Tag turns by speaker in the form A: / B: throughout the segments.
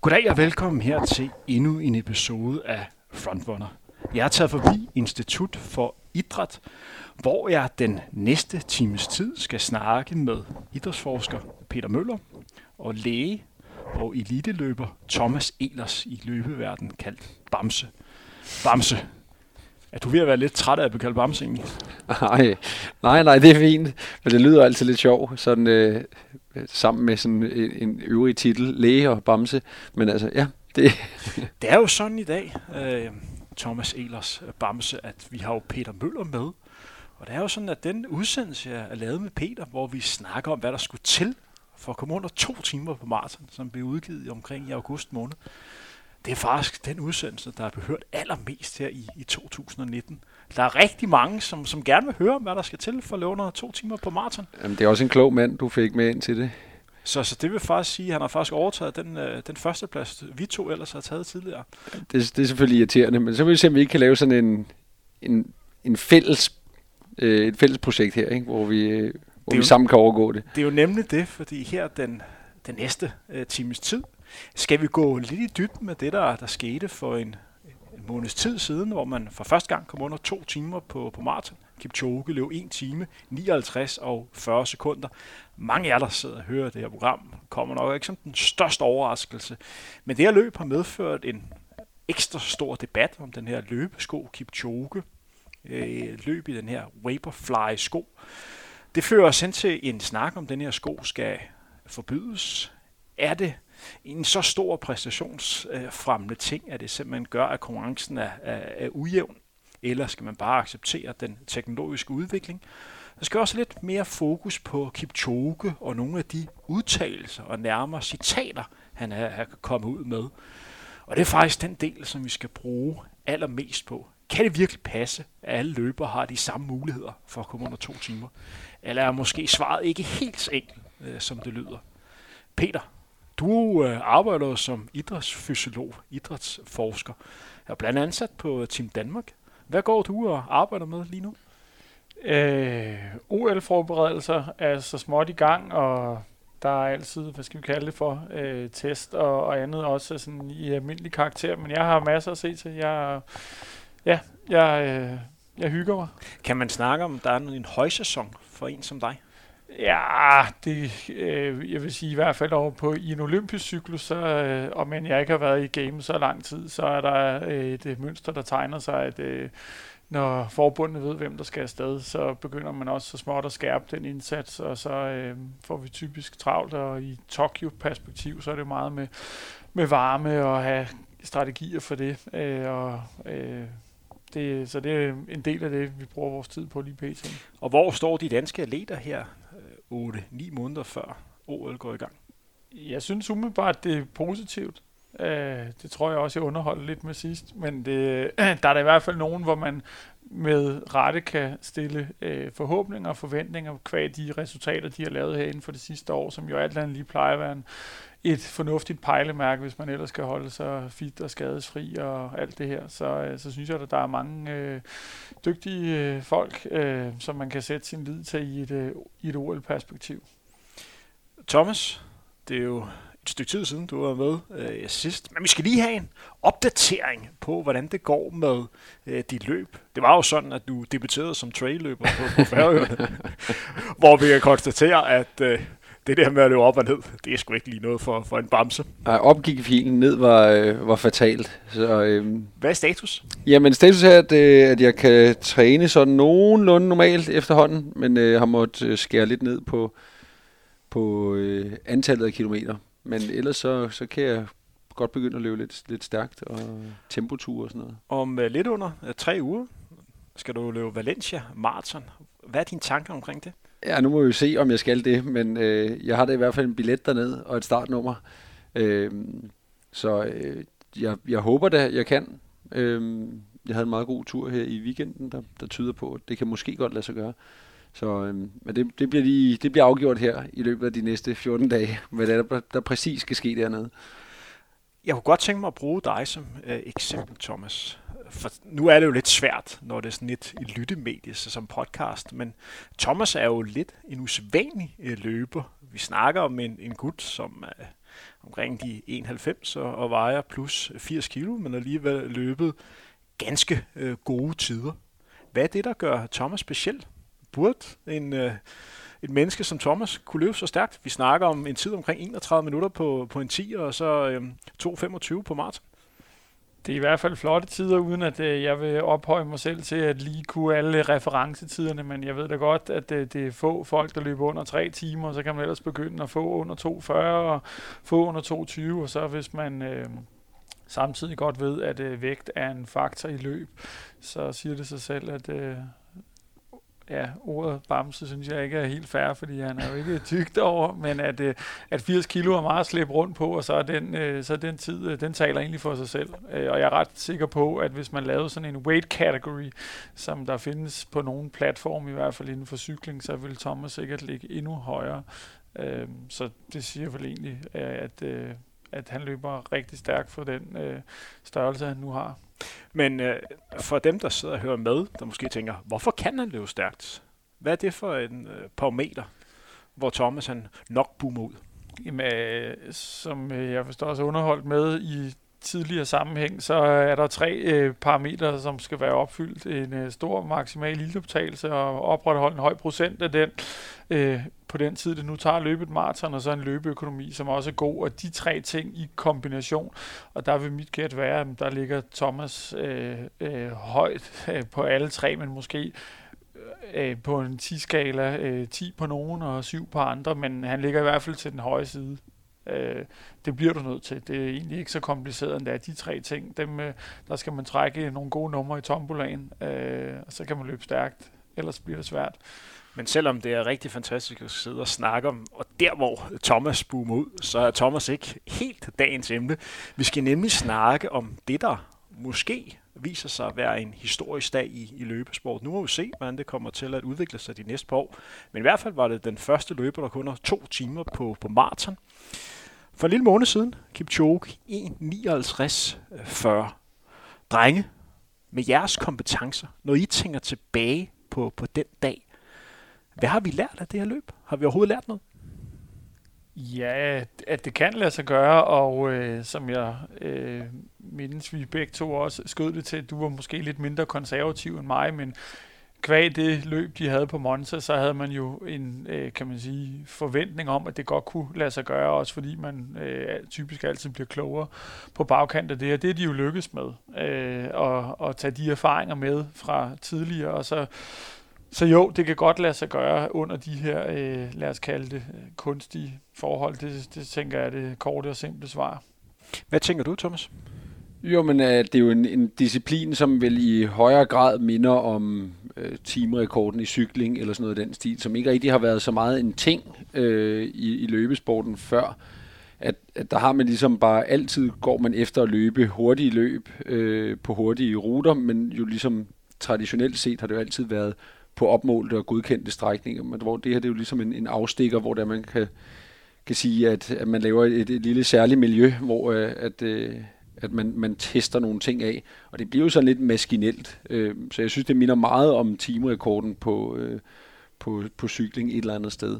A: Goddag og velkommen her til endnu en episode af Frontrunner. Jeg er taget forbi Institut for Idræt, hvor jeg den næste times tid skal snakke med idrætsforsker Peter Møller og læge og eliteløber Thomas Ehlers i løbeverdenen kaldt Bamse. Bamse. Er du ved at være lidt træt af at blive kaldt Bamse egentlig?
B: Nej, det er fint. Men det lyder altid lidt sjovt, sådan sammen med sådan en øvrig titel, læge og Bamse. Men altså, ja, det...
A: Det er jo sådan i dag, Thomas Ehlers Bamse, at vi har jo Peter Møller med. Og det er jo sådan, at den udsendelse, jeg er lavet med Peter, hvor vi snakker om, hvad der skulle til for at komme under 2 timer på maraton, som blev udgivet omkring i august måned. Det er faktisk den udsendelse, der er behørt allermest her i 2019. Der er rigtig mange, som gerne vil høre, hvad der skal til for at løbe under 2 timer på maraton.
B: Jamen, det er også en klog mand, du fik med ind til det.
A: Så det vil faktisk sige, at han har faktisk overtaget den første plads, vi to ellers har taget tidligere.
B: Det er selvfølgelig irriterende, men så vil vi se, om vi ikke kan lave sådan en fælles projekt her, ikke? Hvor vi sammen kan overgå det.
A: Det er jo nemlig det, fordi her den næste times tid, skal vi gå lidt i dybden med det, der skete for en måneds tid siden, hvor man for første gang kom under 2 timer på maraton. Kipchoge løb 1 time, 59 og 40 sekunder. Mange af jer, der sidder og hører det her program, kommer nok ikke som den største overraskelse. Men det her løb har medført en ekstra stor debat om den her løbesko Kipchoge. Løb i den her Vaporfly-sko. Det fører os hen til en snak om den her sko skal forbydes. Er det en så stor præstationsfremmende ting, at det simpelthen gør, at konkurrencen er ujævn? Eller skal man bare acceptere den teknologiske udvikling? Der skal også lidt mere fokus på Kipchoge og nogle af de udtalelser og nærmere citater, han er kommet ud med. Og det er faktisk den del, som vi skal bruge allermest på. Kan det virkelig passe, at alle løbere har de samme muligheder for at komme under 2 timer? Eller er måske svaret ikke helt så enkelt, som det lyder? Peter, du arbejder som idrætsfysiolog, idrætsforsker. Jeg er blandt andet ansat på Team Danmark. Hvad går du og arbejder med lige nu?
C: OL-forberedelser er så småt i gang, og der er altid, hvad skal vi kalde det for, test og andet også sådan i almindelig karakter. Men jeg har masser at se til. Jeg hygger mig.
A: Kan man snakke om, der er en højsæson for en som dig?
C: Ja, jeg vil sige i hvert fald over i en olympisk cyklus, så om end jeg ikke har været i game så lang tid, så er der et mønster, der tegner sig, at når forbundet ved, hvem der skal afsted, så begynder man også så småt at skærpe den indsats, og så får vi typisk travlt, og i Tokyo-perspektiv, så er det meget med varme og have strategier for det, så det er en del af det, vi bruger vores tid på lige pt.
A: Og hvor står de danske atleter her 8-9 måneder før OL går i gang?
C: Jeg synes umiddelbart, det er positivt. Det tror jeg også, jeg underholdt lidt med sidst. Men der er der i hvert fald nogen, hvor man med rette kan stille forhåbninger og forventninger qua de resultater, de har lavet herinde for det sidste år, som jo alt andet lige plejer at være et fornuftigt pejlemærke, hvis man ellers skal holde sig fit og skadesfri og alt det her. Så synes jeg, at der er mange dygtige folk, som man kan sætte sin lid til i et OL-perspektiv.
A: Thomas, det er jo et stykke tid siden, du var med sidst. Men vi skal lige have en opdatering på, hvordan det går med dit løb. Det var jo sådan, at du debuterede som trailløber på Færøerne, hvor vi kan konstatere, at det der med at løbe op og ned, det er sgu ikke lige noget for en bamse.
B: Nej, opgik filen ned var fatalt. Så,
A: hvad er status?
B: Jamen, status er, at jeg kan træne sådan nogenlunde normalt efterhånden, men har måttet skære lidt ned på antallet af kilometer. Men ellers så kan jeg godt begynde at løbe lidt stærkt og tempotur og sådan noget.
A: Om lidt under 3 uger skal du løbe Valencia Marathon. Hvad er dine tanker omkring det?
B: Ja, nu må vi jo se, om jeg skal det, men jeg har da i hvert fald en billet derned og et startnummer. Jeg håber da, jeg kan. Jeg havde en meget god tur her i weekenden, der tyder på, at det kan måske godt lade sig gøre. Så men det bliver afgjort her i løbet af de næste 14 dage, hvad der præcis skal ske dernede.
A: Jeg kunne godt tænke mig at bruge dig som eksempel, Thomas. For nu er det jo lidt svært, når det er sådan et lyttemedie som podcast, men Thomas er jo lidt en usædvanlig løber. Vi snakker om en gut, som omkring de 91 og vejer plus 80 kilo, men alligevel løbet ganske gode tider. Hvad er det, der gør Thomas speciel? Burde et menneske som Thomas kunne løbe så stærkt? Vi snakker om en tid omkring 31 minutter på en 10, og så 2.25 på maraton.
C: Det er i hvert fald flotte tider, uden at jeg vil ophøje mig selv til at lige kunne alle referencetiderne, men jeg ved da godt, at det er få folk, der løber under 3 timer, og så kan man ellers begynde at få under 2.40 og få under 2.20, og så hvis man samtidig godt ved, at vægt er en faktor i løb, så siger det sig selv, at ordet bamse synes jeg ikke er helt fair, fordi han er jo ikke tyk derovre, men at 80 kilo er meget at slæbe rundt på, og så er den tid, den taler egentlig for sig selv. Og jeg er ret sikker på, at hvis man lavede sådan en weight category, som der findes på nogle platforme, i hvert fald inden for cykling, så vil Thomas sikkert ligge endnu højere. Så det siger vel egentlig, at han løber rigtig stærkt for den størrelse, han nu har. Men
A: for dem, der sidder og hører med, der måske tænker, hvorfor kan han løbe stærkt? Hvad er det for en parameter, hvor Thomas han nok boomer ud?
C: Jamen, som jeg forstår også underholdt med i tidligere sammenhæng, så er der 3 parametre, som skal være opfyldt. En stor maksimal iltoptagelse og opretholde en høj procent af den på den tid, det nu tager at løbe et maraton, og så en løbeøkonomi, som også er god. Og de 3 ting i kombination, og der vil mit gæt være, at der ligger Thomas højt på alle 3, men måske på en 10-skala 10 på nogen og 7 på andre, men han ligger i hvert fald til den høje side. Det bliver du nødt til. Det er egentlig ikke så kompliceret endda. De 3 ting, der skal man trække nogle gode numre i tombolaen, og så kan man løbe stærkt. Ellers bliver det svært.
A: Men selvom det er rigtig fantastisk at sidde og snakke om, og der hvor Thomas boomer ud, så er Thomas ikke helt dagens emne. Vi skal nemlig snakke om det, der måske viser sig at være en historisk dag i løbesport. Nu må vi se, hvordan det kommer til at udvikle sig de næste par år. Men i hvert fald var det den første løber, der kun har 2 timer på maraton. For en lille måned siden, Kipchoge 1.59.40. Drenge, med jeres kompetencer, når I tænker tilbage på den dag, hvad har vi lært af det her løb? Har vi overhovedet lært noget?
C: Ja, at det kan lade sig gøre, og som jeg mindes, vi begge to også skød det til, at du var måske lidt mindre konservativ end mig, men kvad det løb, de havde på Monza, så havde man jo en, kan man sige, forventning om, at det godt kunne lade sig gøre, også fordi man typisk altid bliver klogere på bagkant af det, og det er de jo lykkes med, at tage de erfaringer med fra tidligere, og så jo, det kan godt lade sig gøre under de her, lad os kalde det, kunstige forhold. Det tænker jeg er det korte og simple svar.
A: Hvad tænker du, Thomas?
B: Jo, men det er jo en disciplin, som vel i højere grad minder om timerekorden i cykling, eller sådan noget af den stil, som ikke rigtig har været så meget en ting i løbesporten før. At der har man ligesom bare altid, går man efter at løbe hurtige løb på hurtige ruter, men jo ligesom traditionelt set har det jo altid været på opmålte og godkendte strækninger, men hvor det her det er jo ligesom en afstikker, hvor der man kan sige, at man laver et lille særligt miljø, hvor at man tester nogle ting af, og det bliver jo sådan lidt maskinelt. Så jeg synes, det minder meget om timerekorden på cykling et eller andet sted.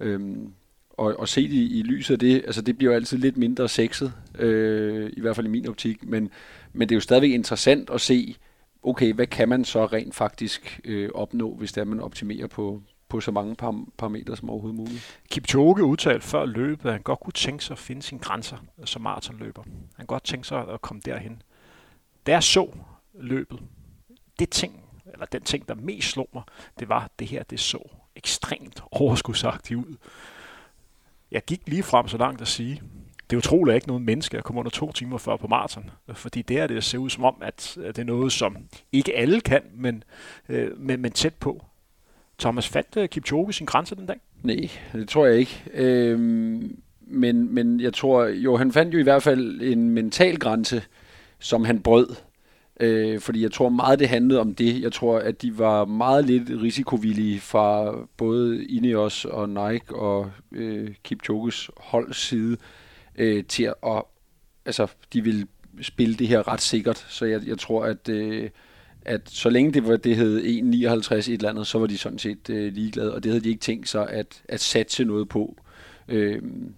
B: Og set i lyset af det, altså det bliver jo altid lidt mindre sexet, i hvert fald i min optik, men det er jo stadigvæk interessant at se, okay, hvad kan man så rent faktisk opnå, hvis det er, man optimerer på så mange parametre som overhovedet muligt.
A: Kipchoge udtalte før løbet, at han godt kunne tænke sig at finde sine grænser som maratonløber. Han kunne godt tænke sig at komme derhen. Da jeg så løbet, den ting, der mest slog mig, det var, det her, det så ekstremt overskudsagtigt ud. Jeg gik lige frem så langt at sige, det er utroligt ikke nogen menneske at komme under 2 timer før på maraton, fordi det ser ud som om, at det er noget, som ikke alle kan, men tæt på. Thomas, fandt Kipchoge sin grænse den dag?
B: Nej, det tror jeg ikke. Men jeg tror, jo, han fandt jo i hvert fald en mental grænse, som han brød. Fordi jeg tror meget, det handlede om det. Jeg tror, at de var meget lidt risikovillige fra både Ineos og Nike og Kipchoges holds side til at de ville spille det her ret sikkert. Så jeg tror, at så længe det hed 1.59 et eller andet, så var de sådan set ligeglade, og det havde de ikke tænkt sig at satse noget på.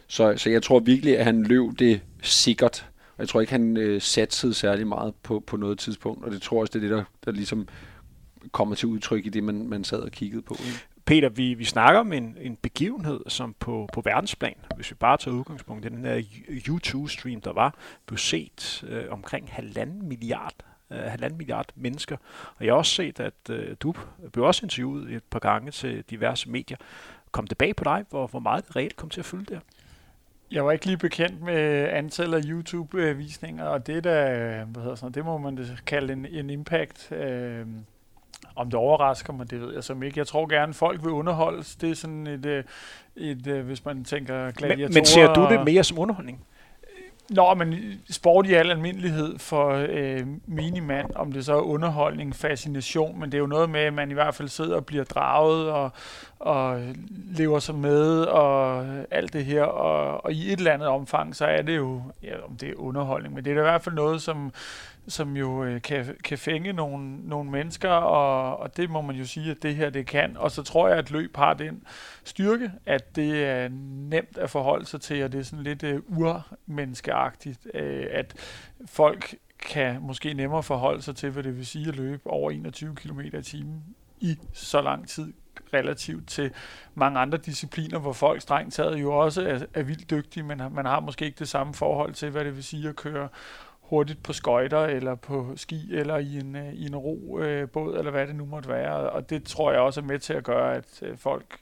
B: Så jeg tror virkelig, at han løb det sikkert. Og jeg tror ikke, han satsede særlig meget på noget tidspunkt. Og det tror jeg også, det er det, der ligesom kommer til udtryk i det, man sad og kiggede på.
A: Peter, vi snakker om en begivenhed, som på verdensplan, hvis vi bare tager udgangspunkt i den her YouTube-stream, der var, blev set omkring 1,5 milliard mennesker. Og jeg har også set, at du blev også interviewet et par gange til diverse medier. Kom det bag på dig, hvor meget det reelt kom til at fylde der?
C: Jeg var ikke lige bekendt med antallet af YouTube-visninger, og det der, det må man kalde en impact. Om det overrasker mig, det ved jeg som ikke. Jeg tror gerne, folk vil underholdes. Det er sådan et hvis man tænker gladiatorer.
A: Men ser du det mere som underholdning?
C: Nå, men sport i al almindelighed for minimand, om det så er underholdning, fascination, men det er jo noget med, at man i hvert fald sidder og bliver draget og lever sig med og alt det her, og i et eller andet omfang, så er det jo, ja, om det er underholdning, men det er da i hvert fald noget, som jo kan fænge nogle mennesker, og det må man jo sige, at det her det kan. Og så tror jeg, at løb har den styrke, at det er nemt at forholde sig til, og det er sådan lidt urmenneskeagtigt, at folk kan måske nemmere forholde sig til, hvad det vil sige at løbe over 21 km i timen i så lang tid, relativt til mange andre discipliner, hvor folk strengt taget jo også er vildt dygtige, men man har måske ikke det samme forhold til, hvad det vil sige at køre hurtigt på skøjter, eller på ski, eller i en robåd, eller hvad det nu måtte være. Og det tror jeg også er med til at gøre, at folk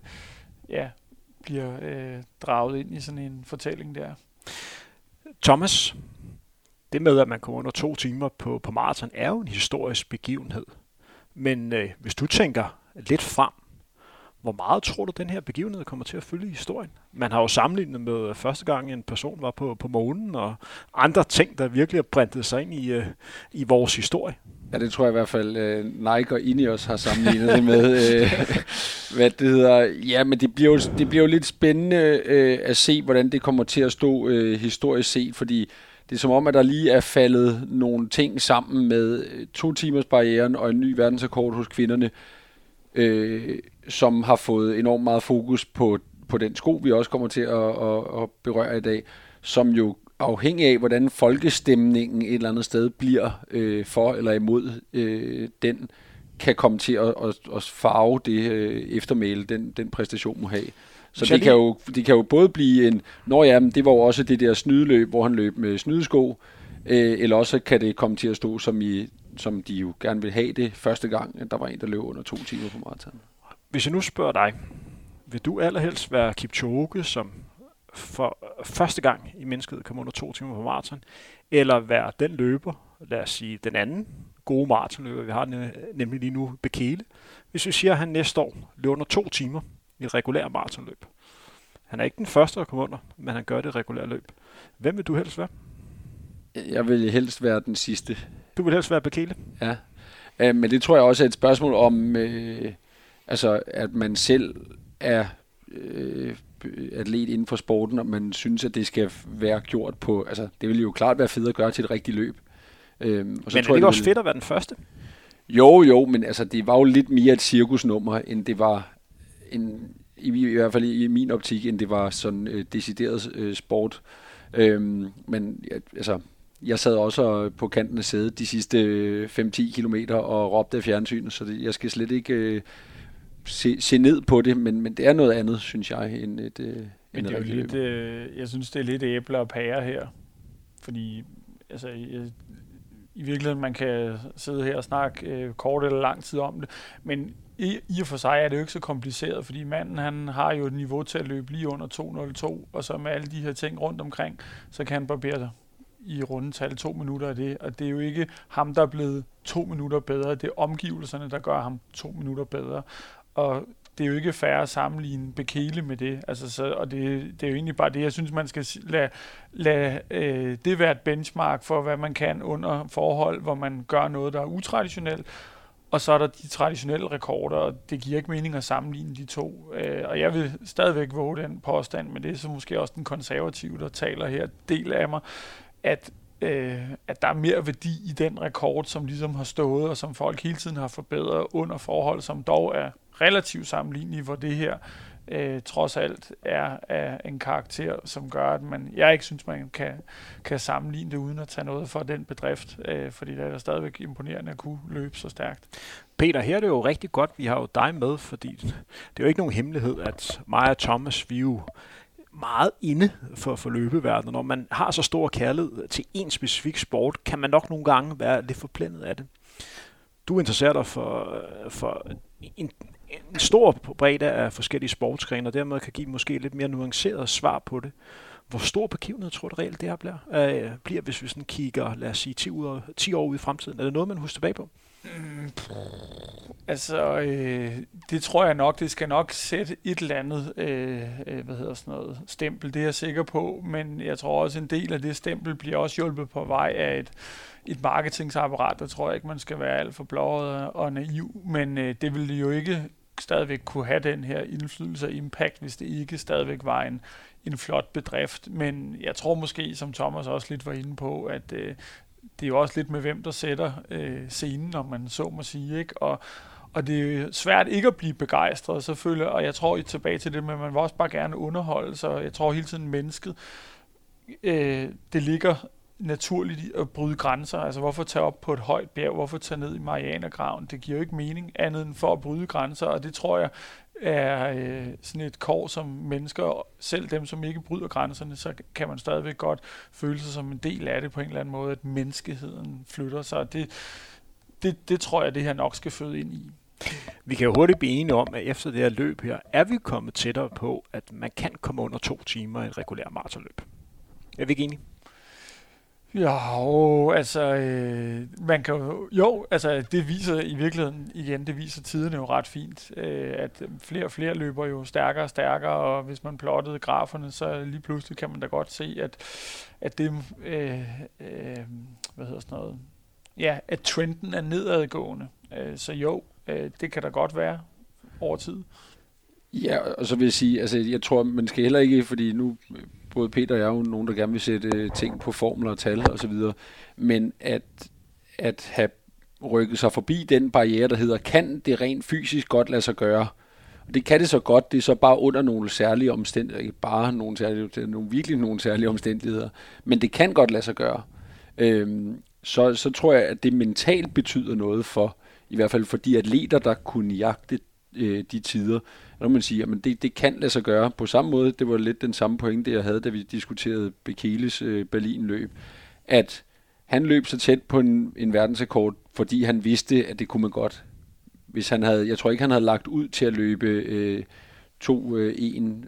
C: bliver draget ind i sådan en fortælling der.
A: Thomas, det med, at man kommer under 2 timer på maraton, er jo en historisk begivenhed. Men hvis du tænker lidt frem, hvor meget tror du, den her begivenhed kommer til at følge i historien? Man har jo sammenlignet med første gang, en person var på månen, og andre ting, der virkelig har brintet sig ind i vores historie.
B: Ja, det tror jeg i hvert fald, Nike og Ineos har sammenlignet det med. Hvad det hedder. Ja, men det bliver jo lidt spændende at se, hvordan det kommer til at stå historisk set, fordi det er som om, at der lige er faldet nogle ting sammen med 2 timers barrieren og en ny verdensrekord hos kvinderne, som har fået enormt meget fokus på den sko, vi også kommer til at berøre i dag, som jo afhængig af, hvordan folkestemningen et eller andet sted bliver for eller imod den, kan komme til at farve det eftermæle, den præstation må have. Så det kan jo både blive en, det var jo også det der snydeløb, hvor han løb med snydesko, eller også kan det komme til at stå som de jo gerne vil have det første gang, at der var en, der løb under 2 timer på maraton.
A: Hvis jeg nu spørger dig, vil du allerhelst være Kipchoge, som for første gang i mennesket kom under 2 timer på maraton, eller være den løber, lad os sige den anden gode maratonløber, vi har nemlig lige nu, Bekele, hvis vi siger, at han næste år løber under 2 timer i et regulært maratonløb. Han er ikke den første at komme under, men han gør det regulære løb. Hvem vil du helst være?
B: Jeg vil helst være den sidste.
A: Du vil helst være Bekele?
B: Ja, men det tror jeg også er et spørgsmål om, at man selv er atlet inden for sporten, og man synes, at det skal være gjort på, det vil jo klart være fedt at gøre til et rigtigt løb. Og så
A: men er det ikke også fedt at være den første?
B: Jo, men det var jo lidt mere et cirkusnummer, end det var i hvert fald i min optik, end det var sådan decideret sport. Men jeg sad også på kanten af sædet de sidste 5-10 kilometer og råbte af fjernsynet, så jeg skal slet ikke se ned på det, men det er noget andet, synes jeg, end et
C: men det er jo lidt, jeg synes, det er lidt æbler og pærer her, fordi i virkeligheden, man kan sidde her og snakke kort eller lang tid om det, men i og for sig er det jo ikke så kompliceret, fordi manden, han har jo et niveau til at løbe lige under 2.02, og så med alle de her ting rundt omkring, så kan han barbere sig i rundetal 2 minutter af det, og det er jo ikke ham, der er blevet 2 minutter bedre, det er omgivelserne, der gør ham 2 minutter bedre, og det er jo ikke fair at sammenligne Bekele med det, og det er jo egentlig bare det, jeg synes, man skal lade det være et benchmark for, hvad man kan under forhold, hvor man gør noget, der er utraditionelt, og så er der de traditionelle rekorder, og det giver ikke mening at sammenligne de to. Og jeg vil stadigvæk våge den påstand, men det er så måske også den konservative, der taler her, del af mig, at der er mere værdi i den rekord, som ligesom har stået, og som folk hele tiden har forbedret under forhold, som dog er relativt sammenlignelige, hvor det her trods alt er en karakter, som gør, at jeg ikke synes, man kan sammenligne det uden at tage noget for den bedrift, fordi det er stadigvæk imponerende at kunne løbe så stærkt.
A: Peter, her er det jo rigtig godt, vi har jo dig med, fordi det er jo ikke nogen hemmelighed, at mig og Thomas, vi er jo meget inde for løbeverdenen. Når man har så stor kærlighed til en specifik sport, kan man nok nogle gange være lidt forblændet af det. Du interesserer dig for en stor bredde af forskellige sportsgrene, og dermed kan give måske lidt mere nuanceret svar på det. Hvor stor begivenhed tror du reelt det her bliver, hvis vi sådan kigger, lad os sige, 10 år ude i fremtiden? Er det noget, man husker tilbage på?
C: Det tror jeg nok, det skal nok sætte et eller andet stempel, det er jeg sikker på, men jeg tror også en del af det stempel bliver også hjulpet på vej af et marketingsapparat. Der tror jeg ikke, man skal være alt for blåret og naiv, men det vil jo ikke stadigvæk kunne have den her indflydelse og impact, hvis det ikke stadigvæk var en flot bedrift. Men jeg tror måske, som Thomas også lidt var inde på, at det er jo også lidt med, hvem der sætter scenen, når man så må sige, ikke? Og det er jo svært ikke at blive begejstret, selvfølgelig, og jeg tror tilbage til det, men man vil også bare gerne underholde, så jeg tror hele tiden mennesket, det ligger naturligt at bryde grænser. Altså hvorfor tage op på et højt bjerg, hvorfor tage ned i Marianergraven? Det giver jo ikke mening andet end for at bryde grænser, og det tror jeg er sådan et kår som mennesker, selv dem som ikke bryder grænserne, så kan man stadigvæk godt føle sig som en del af det på en eller anden måde, at menneskeheden flytter sig. Det tror jeg, det her nok skal føde ind i.
A: Vi kan jo hurtigt blive enige om, at efter det her løb her, er vi kommet tættere på, at man kan komme under 2 timer i et regulært maratonløb. Er vi ikke enige?
C: Man kan jo, det viser i virkeligheden igen, det viser tiderne jo ret fint, at flere og flere løber jo stærkere og stærkere, og hvis man plottede graferne, så lige pludselig kan man da godt se, at det, at trenden er nedadgående. Så jo, det kan da godt være over tid.
B: Ja, og så vil jeg sige, altså jeg tror, man skal heller ikke, fordi nu både Peter og jeg er jo nogen, der gerne vil sætte ting på formler og tal og så videre, men at have rykket sig forbi den barriere, der hedder, kan det rent fysisk godt lade sig gøre? Og det kan det så godt, det er så bare under nogle særlige omstændigheder, ikke bare nogle særlige omstændigheder, men det kan godt lade sig gøre. Så tror jeg, at det mentalt betyder noget for, i hvert fald for de atleter, der kunne jagte de tider. Når man siger, at det kan lade sig gøre på samme måde. Det var lidt den samme pointe, jeg havde, da vi diskuterede Bekeles Berlin-løb. At han løb så tæt på en verdensrekord, fordi han vidste, at det kunne man godt. Hvis han havde, jeg tror ikke, han havde lagt ud til at løbe 42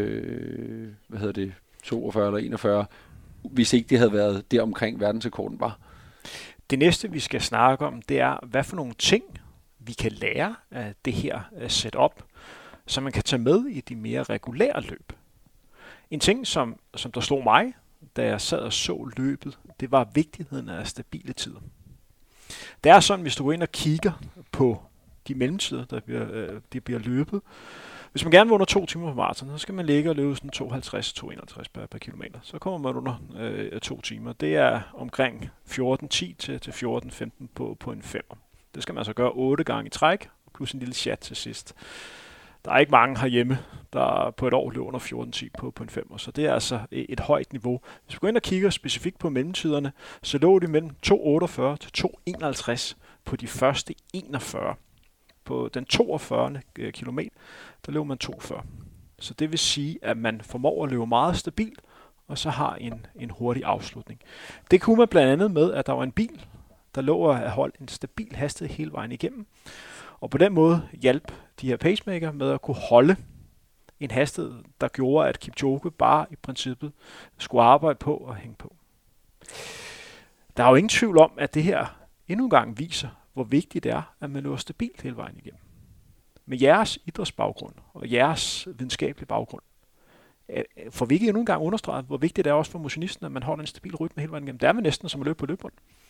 B: eller 41, hvis ikke det havde været der omkring verdensrekorden var.
A: Det næste, vi skal snakke om, det er, hvad for nogle ting, vi kan lære af det her setup, så man kan tage med i de mere regulære løb. En ting, som der slog mig, da jeg sad og så løbet, det var vigtigheden af stabile tider. Det er sådan, hvis du går ind og kigger på de mellemtider, der bliver løbet. Hvis man gerne vil under 2 timer på maraton, så skal man ligge og løbe sådan 52-51 per kilometer. Så kommer man under 2 timer. Det er omkring 14.10 til 14.15 på en 5'er. Det skal man altså gøre 8 gange i træk, plus en lille chat til sidst. Der er ikke mange herhjemme, der på et år løber under 14.10 på en 5'er, så det er altså et højt niveau. Hvis vi går ind og kigger specifikt på mellemtiderne, så lå de mellem 2.48 til 2.51 på de første 41. På den 42. kilometer, der løber man 2.40. Så det vil sige, at man formår at løbe meget stabilt, og så har en hurtig afslutning. Det kunne man blandt andet med, at der var en bil, der lå at holde en stabil hastighed hele vejen igennem. Og på den måde hjalp de her pacemaker med at kunne holde en hastighed, der gjorde, at Kipchoge bare i princippet skulle arbejde på og hænge på. Der er jo ingen tvivl om, at det her endnu en gang viser, hvor vigtigt det er, at man løber stabilt hele vejen igennem. Med jeres idrætsbaggrund og jeres videnskabelige baggrund, får vi ikke endnu en gang understreget, hvor vigtigt det er også for motionisten, at man holder en stabil rytme hele vejen igennem. Det er næsten som at løbe på løbebånd.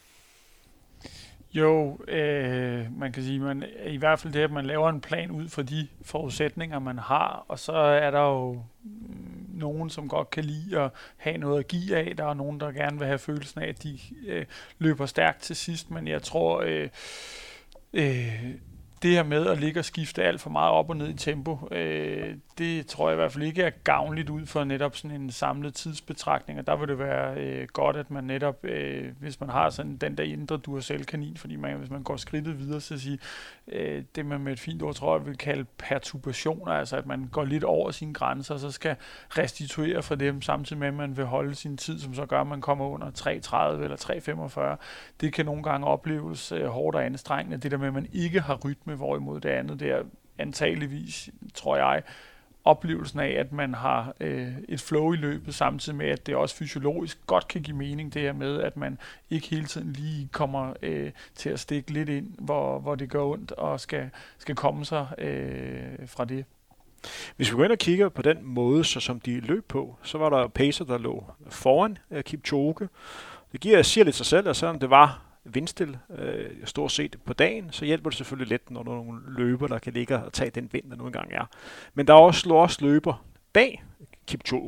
C: Jo, man kan sige, i hvert fald det, at man laver en plan ud fra de forudsætninger, man har, og så er der jo nogen, som godt kan lide at have noget at give af. Der er nogen, der gerne vil have følelsen af, at de løber stærkt til sidst, men jeg tror, det her med at ligge og skifte alt for meget op og ned i tempo, det tror jeg i hvert fald ikke er gavnligt ud for netop sådan en samlet tidsbetragtning, og der vil det være godt, at man netop, hvis man har sådan den der indre Duracell-kanin, fordi hvis man går skridtet videre, så at sige, det man med et fint ord, tror jeg, vil kalde perturbationer, altså at man går lidt over sine grænser, og så skal restituere fra dem, samtidig med, at man vil holde sin tid, som så gør, at man kommer under 3.30 eller 3.45. Det kan nogle gange opleves hårdt og anstrengende, det der med, at man ikke har rytme, hvorimod det andet, det er antageligvis, tror jeg, oplevelsen af, at man har et flow i løbet, samtidig med, at det også fysiologisk godt kan give mening, det her med, at man ikke hele tiden lige kommer til at stikke lidt ind, hvor det gør ondt, og skal komme sig fra det.
A: Hvis vi går ind og kigger på den måde, så som de løb på, så var der pacer, der lå foran Kipchoge. Det siger lidt sig selv, at selvom det var vindstille stort set på dagen, så hjælper det selvfølgelig lidt, når der er nogle løber, der kan ligge og tage den vind, der nu engang er. Men der er også løber bag Kipchoge.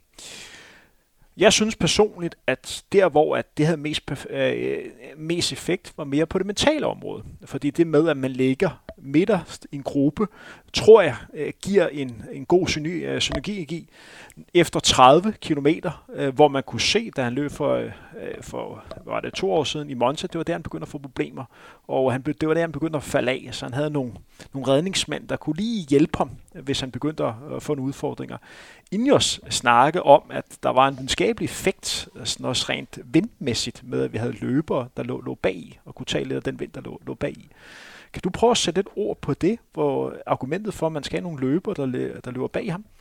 A: Jeg synes personligt, at der, hvor at det havde mest effekt, var mere på det mentale område. Fordi det med, at man ligger midterst i en gruppe, tror jeg, giver en god synergi efter 30 kilometer, hvor man kunne se, da han løb for var det 2 år siden i Monza, det var der, han begyndte at få problemer, og det var der, han begyndte at falde af, så han havde nogle redningsmænd, der kunne lige hjælpe ham, hvis han begyndte at få nogle udfordringer. Ineos snakke om, at der var en videnskabelig effekt, sådan også rent vindmæssigt, med at vi havde løbere, der lå bag, og kunne tage lidt af den vind, der lå bag. Kan du prøve at sætte et ord på det, hvor argumentet for, at man skal have nogle løbere, der løber bag ham?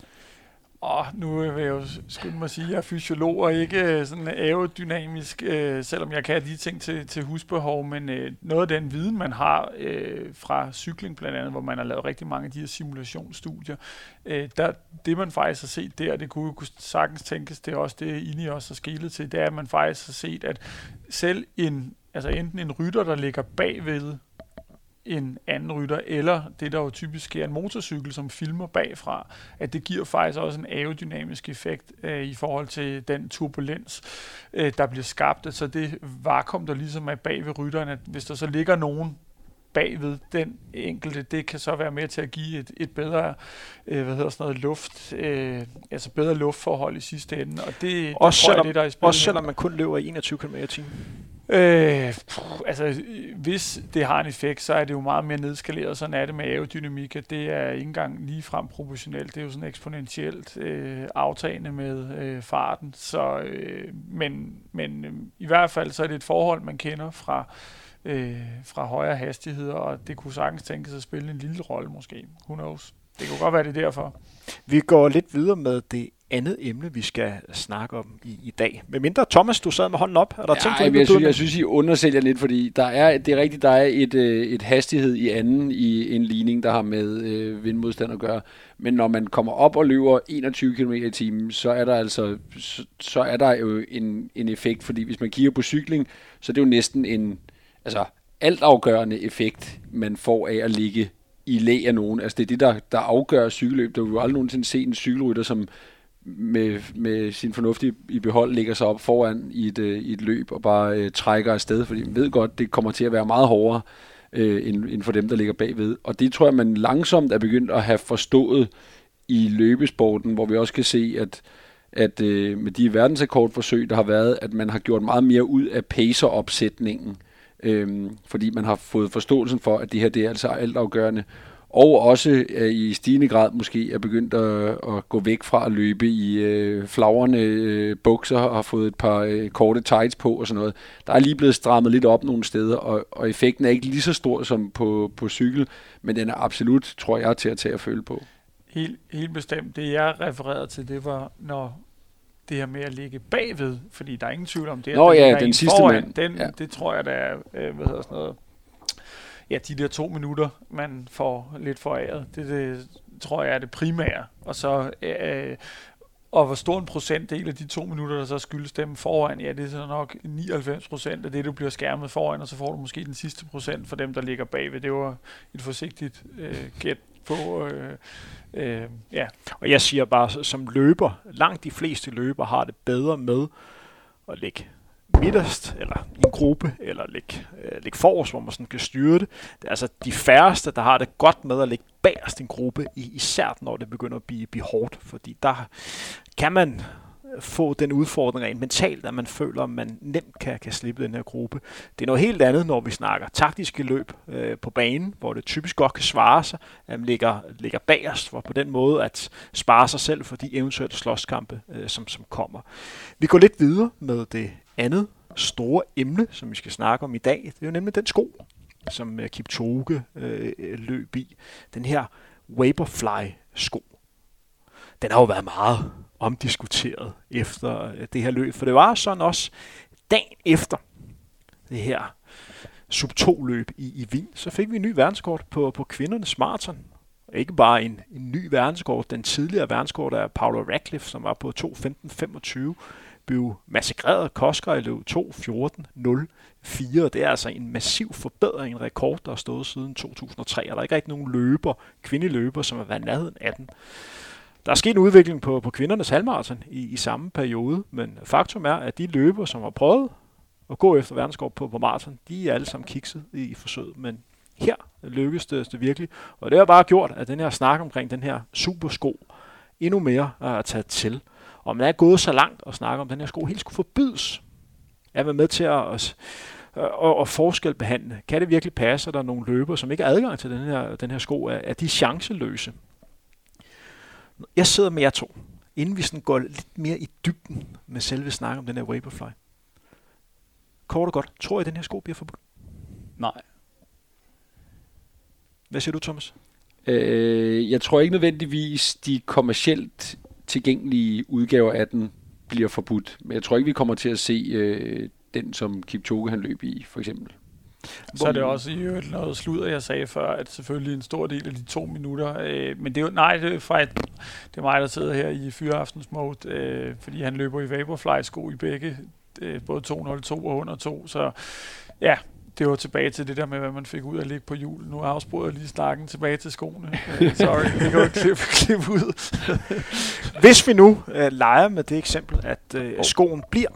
C: Nu vil jeg jo skynde mig at sige, at jeg er fysiolog og ikke sådan aerodynamisk, selvom jeg kan de ting til husbehov, men noget af den viden, man har fra cykling blandt andet, hvor man har lavet rigtig mange af de her simulationsstudier, det man faktisk har set der, det kunne sagtens tænkes, det er også det, Ineos har skelet til, det er, at man faktisk har set, at selv enten en rytter, der ligger bagved en anden rytter, eller det, der jo typisk sker en motorcykel, som filmer bagfra, at det giver faktisk også en aerodynamisk effekt i forhold til den turbulens, der bliver skabt. Altså det vakuum, der ligesom er bag ved rytteren, at hvis der så ligger nogen bagved den enkelte, det kan så være med til at give et bedre luft, altså bedre luftforhold i sidste ende, og det tror jeg, det der er i spil.
A: Også selvom man kun løber i 21 km/t.
C: Hvis det har en effekt, så er det jo meget mere nedskaleret. Sådan er det med aerodynamik, at det er ikke engang ligefrem proportionelt. Det er jo sådan eksponentielt aftagende med farten. Så, men i hvert fald så er det et forhold, man kender fra højere hastigheder, og det kunne sagtens tænkes at spille en lille rolle måske. Who knows? Det kunne godt være det derfor.
A: Vi går lidt videre med det andet emne, vi skal snakke om i dag. Med mindre, Thomas, du sad med hånden op. Er der
B: jeg synes, I undersælger lidt, fordi det er rigtigt, der er et hastighed i anden i en ligning, der har med vindmodstand at gøre. Men når man kommer op og løber 21 km i timen, så er der jo en effekt, fordi hvis man kigger på cykling, så er det jo næsten en altafgørende effekt, man får af at ligge i læ af nogen. Altså det er det, der afgør cykelløb. Der vil jo aldrig nogensinde se en cykelrytter, som med sin fornuft i behold ligger sig op foran i et løb og bare trækker afsted, fordi man ved godt, det kommer til at være meget hårdere end for dem, der ligger bagved. Og det tror jeg, man langsomt er begyndt at have forstået i løbesporten, hvor vi også kan se, at med de verdensrekordforsøg, der har været, at man har gjort meget mere ud af paceropsætningen, fordi man har fået forståelsen for, at det her det er altså altafgørende, og også i stigende grad måske er begyndt at gå væk fra at løbe i flagrende bukser og har fået et par korte tights på og sådan noget. Der er lige blevet strammet lidt op nogle steder, og effekten er ikke lige så stor som på cykel, men den er absolut, tror jeg, til at tage at føle på.
C: Helt bestemt. Det jeg refererede til, det var, når det her med at ligge bagved, fordi der er ingen tvivl om det.
B: Den sidste foran,
C: mand. Det tror jeg, der er, de der 2 minutter, man får lidt foræret. Det tror jeg er det primære. Og så og hvor stor en procentdel af de 2 minutter, der så skyldes dem foran, det er så nok 99% af det, du bliver skærmet foran, og så får du måske den sidste procent for dem, der ligger bagved. Det var et forsigtigt gæt på.
A: Og jeg siger bare, som løber, langt de fleste løber har det bedre med at ligge midterst, eller i en gruppe, eller ligge forrest, hvor man sådan kan styre det. Det er altså de færreste, der har det godt med at ligge bagerst i en gruppe, især når det begynder at blive hårdt, fordi der kan man få den udfordring rent mentalt, at man føler, at man nemt kan slippe den her gruppe. Det er noget helt andet, når vi snakker taktiske løb på banen, hvor det typisk godt kan svare sig, at man ligger bagerst, for på den måde at spare sig selv for de eventuelle slåskampe, som kommer. Vi går lidt videre med det andet store emne, som vi skal snakke om i dag. Det er jo nemlig den sko, som Kipchoge løb i. Den her Vaporfly-sko. Den har jo været meget omdiskuteret efter det her løb, for det var sådan også dagen efter det her sub-2-løb i Wien, så fik vi en ny verdenskort på kvindernes maraton. Ikke bare en ny verdenskort, den tidligere verdenskort af Paula Radcliffe, som var på 2:15.25, blev massakreret af Kosker i løb 2:14.04. Det er altså en massiv forbedring, en rekord, der har stået siden 2003, og der er ikke rigtig nogen kvindelige løber, som har været nærheden af den. Der er sket en udvikling på kvindernes halvmaraton i samme periode, men faktum er, at de løber, som har prøvet at gå efter verdenskort på maraton, de er alle sammen kikset i forsøget, men her lykkedes det virkelig, og det har bare gjort, at den her snak omkring den her supersko endnu mere er taget til. Og man er gået så langt at snakke om, at den her sko helt skulle forbydes. Er man med til at forskelbehandle? Kan det virkelig passe, at der er nogle løber, som ikke har adgang til den her sko? Er de chanceløse? Jeg sidder med jer to, inden vi sådan går lidt mere i dybden med selve snak om den her Vaporfly. Kort og godt, tror I, at den her sko bliver forbudt?
C: Nej.
A: Hvad siger du, Thomas?
B: Jeg tror ikke nødvendigvis, de kommercielt tilgængelige udgaver af den bliver forbudt. Men jeg tror ikke, vi kommer til at se den, som Kipchoge han løb i, for eksempel.
C: Så er det også i øvrigt noget sludder, jeg sagde før, at selvfølgelig en stor del af de 2 minutter, men det er jo, det er mig, der sidder her i fyraftensmode, fordi han løber i Vaporfly-sko i begge, både 2.02 og 102, så ja, det var tilbage til det der med, hvad man fik ud af at ligge på hjul. Nu afsprøger jeg lige snakken tilbage til skoene. Sorry, det kan jo ikke klippe ud.
A: Hvis vi nu leger med det eksempel, at skoen bliver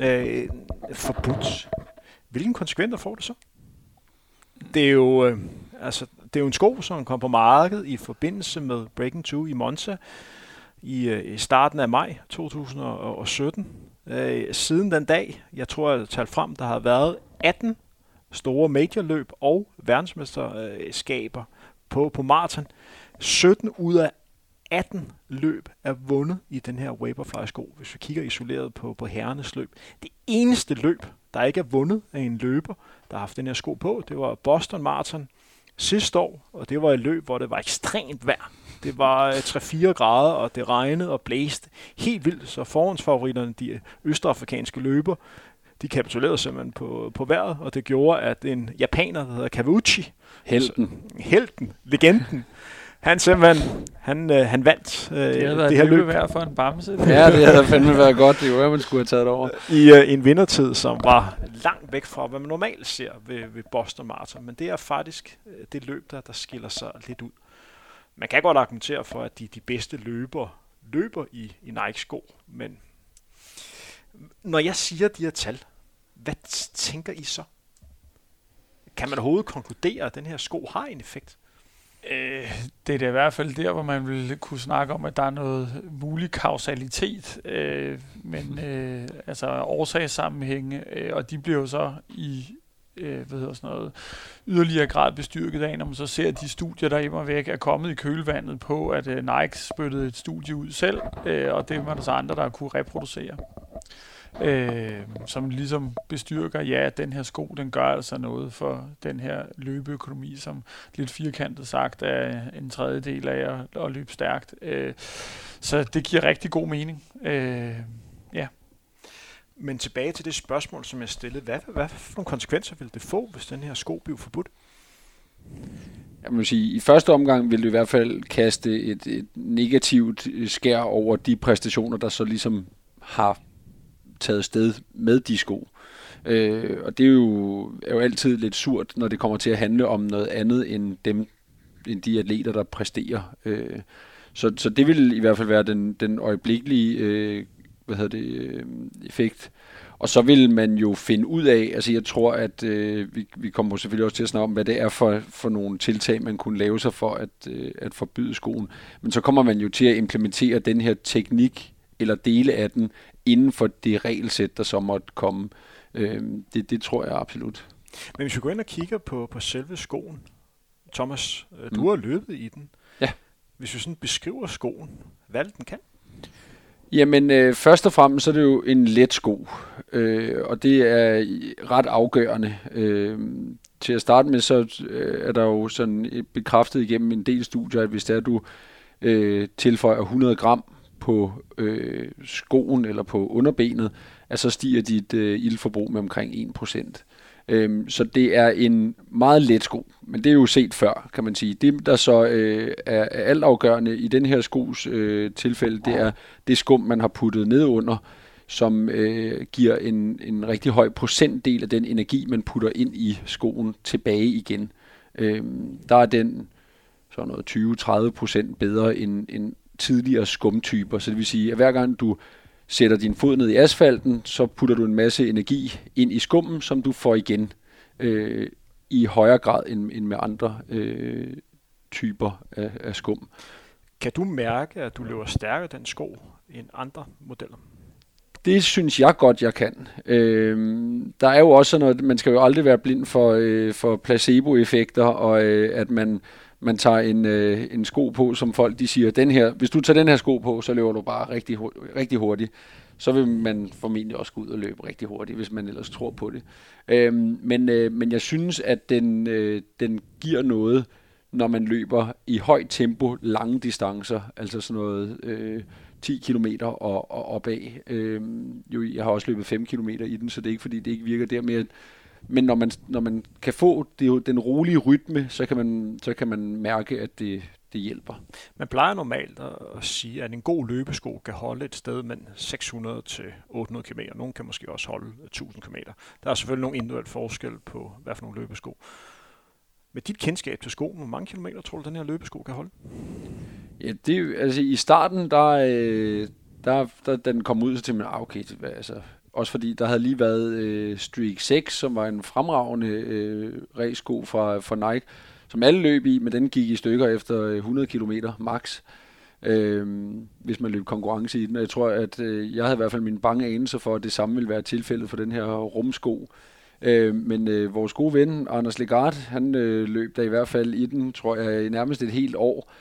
A: forbudt, hvilken konsekvenser får det så? Det er jo en sko, som kom på markedet i forbindelse med Breaking 2 i Monza i starten af maj 2017. Siden den dag, jeg tror, jeg talte frem, der har været 18 store majorløb og verdensmesterskaber på maraton. 17 ud af 18 løb er vundet i den her Vaporfly-sko, hvis vi kigger isoleret på herrenes løb. Det eneste løb, der ikke er vundet af en løber, der har haft den her sko på, det var Boston Marathon sidste år, og det var et løb, hvor det var ekstremt vejr. Det var 3-4 grader, og det regnede og blæste helt vildt, så forhåndsfavoritterne, de østafrikanske løber, de kapitulerede simpelthen på vejret, og det gjorde, at en japaner, der hedder Kawauchi, helten, legenden, han simpelthen, han vandt det her løb.
C: Værd for en bamse.
B: Ja, det havde fandme været godt. Det var, man skulle have taget det over.
A: I en vintertid, som var langt væk fra, hvad man normalt ser ved Boston Marathon. Men det er faktisk det løb, der skiller sig lidt ud. Man kan godt argumentere for, at de bedste løber i Nike-sko. Men når jeg siger de her tal, hvad tænker I så? Kan man overhovedet konkludere, at den her sko har en effekt?
C: Det er da i hvert fald der, hvor man vil kunne snakke om, at der er noget mulig kausalitet, men altså årsagssammenhænge, og de bliver jo så i yderligere grad bestyrket af, når man så ser de studier, der immer væk er kommet i kølvandet på, at Nike spyttede et studie ud selv, og det var der så andre, der kunne reproducere. Som ligesom bestyrker, ja, at den her sko, den gør altså noget for den her løbeøkonomi, som lidt firkantet sagt er en tredjedel af at løbe stærkt. Så det giver rigtig god mening. Ja.
A: Men tilbage til det spørgsmål, som jeg stillede. Hvad for nogle konsekvenser vil det få, hvis den her sko bliver forbudt?
B: Jeg må sige, i første omgang vil det i hvert fald kaste et negativt skær over de præstationer, der så ligesom har taget sted med de sko. Og det er jo altid lidt surt, når det kommer til at handle om noget andet end de atleter, der præsterer. Så det vil i hvert fald være den øjeblikkelige effekt. Og så vil man jo finde ud af, altså jeg tror, at vi kommer selvfølgelig også til at snakke om, hvad det er for nogle tiltag, man kunne lave sig for at forbyde skoen. Men så kommer man jo til at implementere den her teknik, eller dele af den, inden for det regelsæt, der så måtte komme. Det tror jeg absolut.
A: Men hvis vi går ind og kigger på selve skoen, Thomas, du har løbet i den.
B: Ja.
A: Hvis vi sådan beskriver skoen, hvad den kan?
B: Jamen, først og fremmest så er det jo en let sko, og det er ret afgørende. Til at starte med, så er der jo sådan bekræftet igennem en del studier, at hvis det er, du tilføjer 100 gram på skoen eller på underbenet, at så stiger dit iltforbrug med omkring 1%. Så det er en meget let sko, men det er jo set før, kan man sige. Det, der så er altafgørende i den her skos tilfælde, det er det skum, man har puttet ned under, som giver en rigtig høj procentdel af den energi, man putter ind i skoen tilbage igen. Der er den så noget 20-30% bedre end tidligere skumtyper, så det vil sige, at hver gang du sætter din fod ned i asfalten, så putter du en masse energi ind i skummen, som du får igen i højere grad end med andre typer af skum.
A: Kan du mærke, at du løber stærkere den sko end andre modeller?
B: Det synes jeg godt, jeg kan. Der er jo også noget, man skal jo aldrig være blind for placebo-effekter, og at man tager en sko på, som folk de siger, hvis du tager den her sko på, så løber du bare rigtig hurtigt. Så vil man formentlig også gå ud og løbe rigtig hurtigt, hvis man ellers tror på det. Men jeg synes, at den giver noget, når man løber i højt tempo, lange distancer, altså sådan noget 10 kilometer og opad. Jeg har også løbet 5 kilometer i den, så det er ikke fordi, det ikke virker der mere. Men når man kan få den rolige rytme, så kan man mærke, at det hjælper. Man
A: plejer normalt at sige, at en god løbesko kan holde et sted mellem 600 til 800 km. Nogle kan måske også holde 1000 km. Der er selvfølgelig nogle individuelle forskel på, hvad for nogle løbesko. Med dit kendskab til skoen, hvor mange kilometer tror du, den her løbesko kan holde?
B: Ja, altså i starten, der den kom ud til min okay, altså også fordi der havde lige været Streak 6, som var en fremragende racesko fra Nike, som alle løb i, men den gik i stykker efter 100 km max, hvis man løb konkurrence i den. Og jeg tror, at jeg havde i hvert fald min bange anelse for, at det samme ville være tilfældet for den her rumsko. Men vores gode ven, Anders Legard, han løb der i hvert fald i den, tror jeg, nærmest et helt år.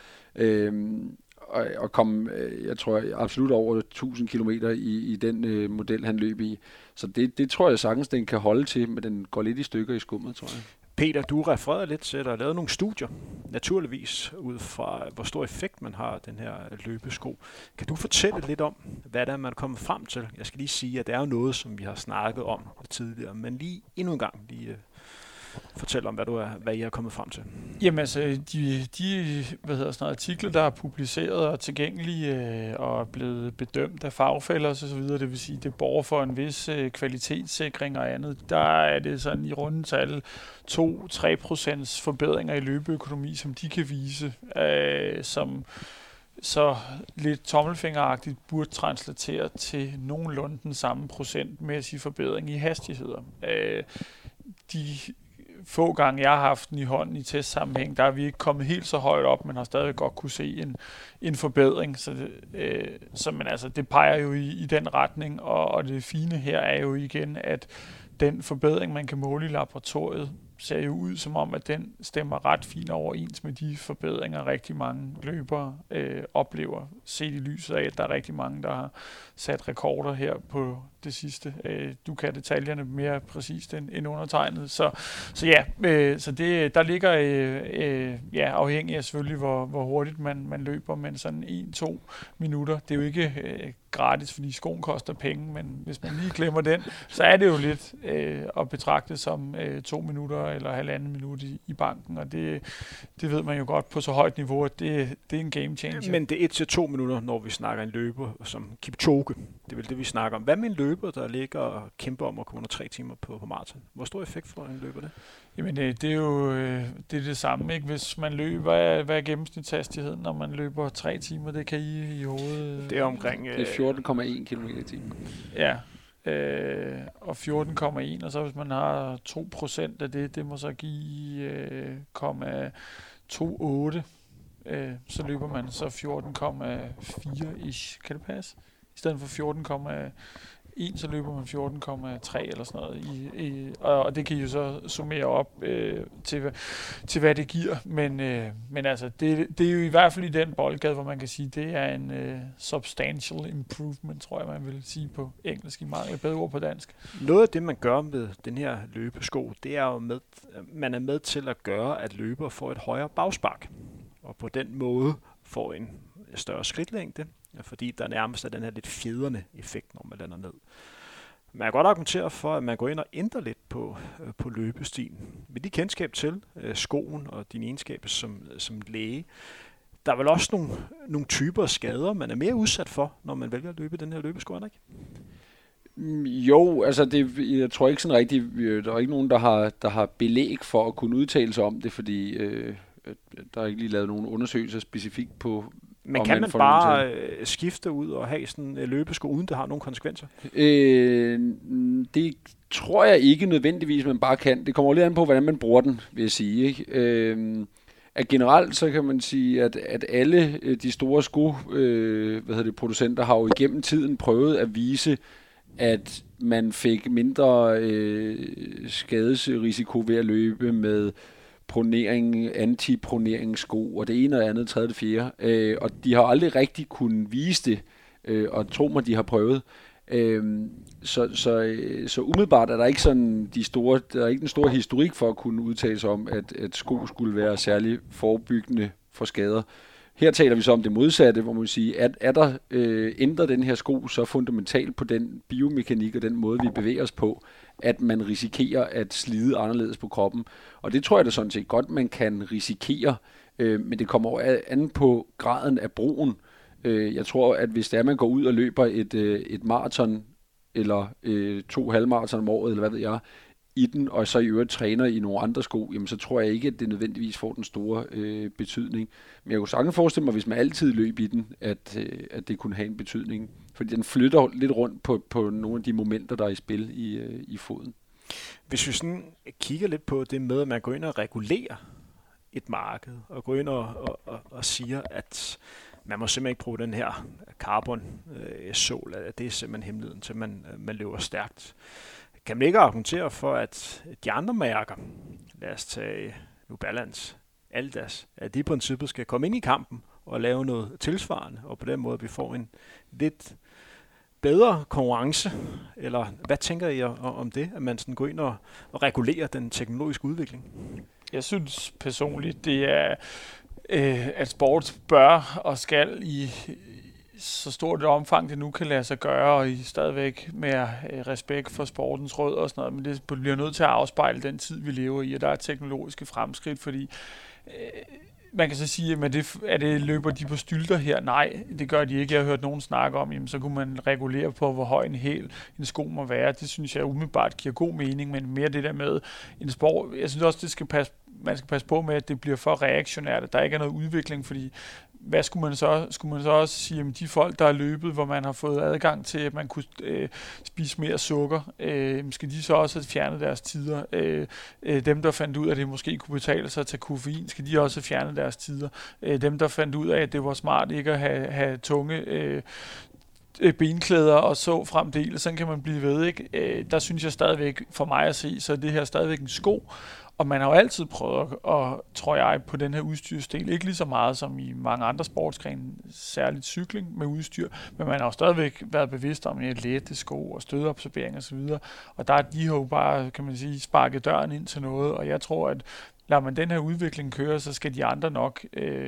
B: Og kom, jeg tror, absolut over 1000 kilometer i den model, han løb i. Så det tror jeg sagtens, den kan holde til, men den går lidt i stykker i skummet, tror jeg.
A: Peter, du refererede lidt til, at der er lavet nogle studier, naturligvis, ud fra hvor stor effekt man har den her løbesko. Kan du fortælle lidt om, hvad der er, man er kommet frem til? Jeg skal lige sige, at det er jo noget, som vi har snakket om tidligere, men lige endnu en gang fortæl om, hvad I er kommet frem til.
C: Jamen altså, de artikler, der er publiceret og tilgængelige og er blevet bedømt af fagfælder og så videre, det vil sige, det borger for en vis kvalitetssikring og andet, der er det sådan i rundetal 2-3% forbedringer i løbeøkonomi, som de kan vise, som så lidt tommelfingeragtigt burde translatere til nogenlunde den samme procentmæssige forbedring i hastigheder. De få gange, jeg har haft den i hånden i testsammenhæng, der er vi ikke kommet helt så højt op, men har stadig godt kunne se en forbedring. Men altså, det peger jo i den retning, og det fine her er jo igen, at den forbedring, man kan måle i laboratoriet, ser jo ud som om, at den stemmer ret fint overens med de forbedringer, rigtig mange løbere oplever, set i lyset af, at der er rigtig mange, der har sat rekorder her på det sidste. Du kan detaljerne mere præcist end undertegnet. Så det, der ligger afhængig af selvfølgelig, hvor hurtigt man løber, men sådan 1-2 minutter. Det er jo ikke gratis, fordi skoen koster penge, men hvis man lige glemmer den, så er det jo lidt at betragte som 2 minutter eller 1,5 minut i banken, og det ved man jo godt på så højt niveau, at det er en game changer.
A: Men det er 1-2 minutter, når vi snakker en løber som Kipchoge. Det er vel det, vi snakker om. Hvad med en løber, der ligger og kæmper om at komme under 3 timer på maraton? Hvor stor effekt får en løber det?
C: Jamen, det er jo det samme, ikke? Hvis man løber, hvad er gennemsnitshastigheden, når man løber 3 timer? Det kan I hovedet...
A: Det er omkring...
B: det er 14,1 km i timen.
C: Ja, og 14,1, og så hvis man har 2% af det må så give 0,28, så løber man så 14,4-ish, kan det passe? I stedet for 14,1, så løber man 14,3 eller sådan noget. Og det kan I jo så summere op til hvad det giver. Men altså, det er jo i hvert fald i den boldgade, hvor man kan sige, det er en substantial improvement, tror jeg, man vil sige på engelsk, i mangel af bedre ord på dansk.
A: Noget af det, man gør med den her løbesko, det er jo man er med til at gøre, at løber får et højere bagspark. Og på den måde får en større skridtlængde, fordi der nærmest er den her lidt fjederne effekt, når man lander ned. Man kan godt argumentere for, at man går ind og ændrer lidt på løbestilen. Med de kendskab til skoen og dine egenskaber som læge, der er vel også nogle typer af skader, man er mere udsat for, når man vælger at løbe den her løbesko, ikke?
B: Jo, altså jeg tror ikke sådan rigtigt, der er ikke nogen, der har belæg for at kunne udtale sig om det, fordi der er ikke lige lavet nogen undersøgelser specifikt på.
A: Men kan man bare skifte ud og have sådan en løbesko, uden det har nogle konsekvenser?
B: Det tror jeg ikke nødvendigvis, man bare kan. Det kommer lidt an på, hvordan man bruger den, vil jeg sige. Ikke? At generelt så kan man sige, at alle de store producenter har jo igennem tiden prøvet at vise, at man fik mindre skadesrisiko ved at løbe med pronering, antiproneringssko, og det ene og andet, tredje og fjerde. Og de har aldrig rigtig kunnet vise det, og tro mig, de har prøvet. Så umiddelbart er der ikke sådan der er ikke den store historik for at kunne udtale sig om, at sko skulle være særlig forebyggende for skader. Her taler vi så om det modsatte, hvor man siger, at ændrer den her sko så fundamentalt på den biomekanik og den måde, vi bevæger os på, at man risikerer at slide anderledes på kroppen. Og det tror jeg da sådan set godt, man kan risikere, men det kommer over an på graden af brugen. Jeg tror, at hvis man går ud og løber et maraton, eller 2 halvmaraton om året, eller hvad ved jeg, i den, og så i øvrigt træner i nogle andre sko, jamen så tror jeg ikke, at det nødvendigvis får den store betydning. Men jeg kunne sagtens forestille mig, hvis man altid løb i den, at det kunne have en betydning. Fordi den flytter lidt rundt på nogle af de momenter, der er i spil i foden.
A: Hvis vi sådan kigger lidt på det med, at man går ind og regulerer et marked, og går ind og siger, at man må simpelthen ikke bruge den her carbon-sål, at det er simpelthen hemmeligheden til, man løber stærkt. Kan man ikke argumentere for, at de andre mærker, lad os tage New Balance, Adidas, at de i princippet skal komme ind i kampen og lave noget tilsvarende, og på den måde, at vi får en lidt bedre konkurrence? Eller hvad tænker I om det, at man sådan går ind og regulerer den teknologiske udvikling?
C: Jeg synes personligt, det er, at sport bør og skal i så stort et omfang, det nu kan lade sig gøre, og i stadigvæk med respekt for sportens rødder og sådan noget, men det bliver nødt til at afspejle den tid, vi lever i, og der er teknologiske fremskridt, fordi man kan så sige, at det løber de på stylter her? Nej, det gør de ikke. Jeg har hørt nogen snakke om, jamen, så kunne man regulere på, hvor høj en sko må være. Det synes jeg umiddelbart giver god mening, men mere det der med en sport. Jeg synes også, man skal passe på med, at det bliver for reaktionært, at der ikke er noget udvikling, fordi hvad skulle man så? Skulle man så også sige, at de folk, der er løbet, hvor man har fået adgang til, at man kunne spise mere sukker, skal de så også have fjernet deres tider? Dem, der fandt ud af, at det måske kunne betale sig at tage koffein, skal de også have fjernet deres tider? Dem, der fandt ud af, at det var smart ikke at have tunge benklæder og så fremdeles, sådan kan man blive ved, ikke? Der synes jeg stadigvæk, for mig at se, så er det her stadigvæk en sko. Og man har jo altid prøvet at, tror jeg, på den her udstyrsdel, ikke lige så meget som i mange andre sportsgrene, særligt cykling med udstyr, men man har jo stadigvæk været bevidst om lette sko og stødabsorbering og så videre. Og der er de jo bare, kan man sige, sparket døren ind til noget, og jeg tror, at lader man den her udvikling køre, så skal de andre nok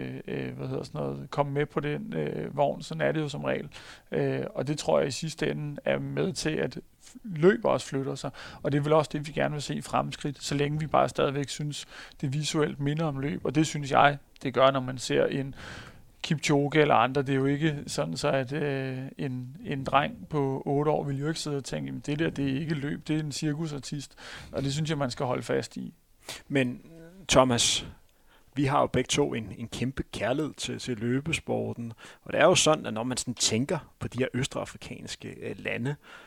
C: komme med på den vogn. Sådan er det jo som regel. Og det tror jeg i sidste ende er med til, at løb også flytter sig. Og det er vel også det, vi gerne vil se i fremskridt, så længe vi bare stadigvæk synes, det visuelt minder om løb. Og det synes jeg, det gør, når man ser en Kipchoge eller andre. Det er jo ikke sådan, så at en dreng på 8 år vil jo ikke sidde og tænke, det der, det er ikke løb, det er en cirkusartist. Og det synes jeg, man skal holde fast i.
A: Men Thomas, vi har jo begge to en kæmpe kærlighed til løbesporten, og det er jo sådan, at når man sådan tænker på de her østafrikanske lande,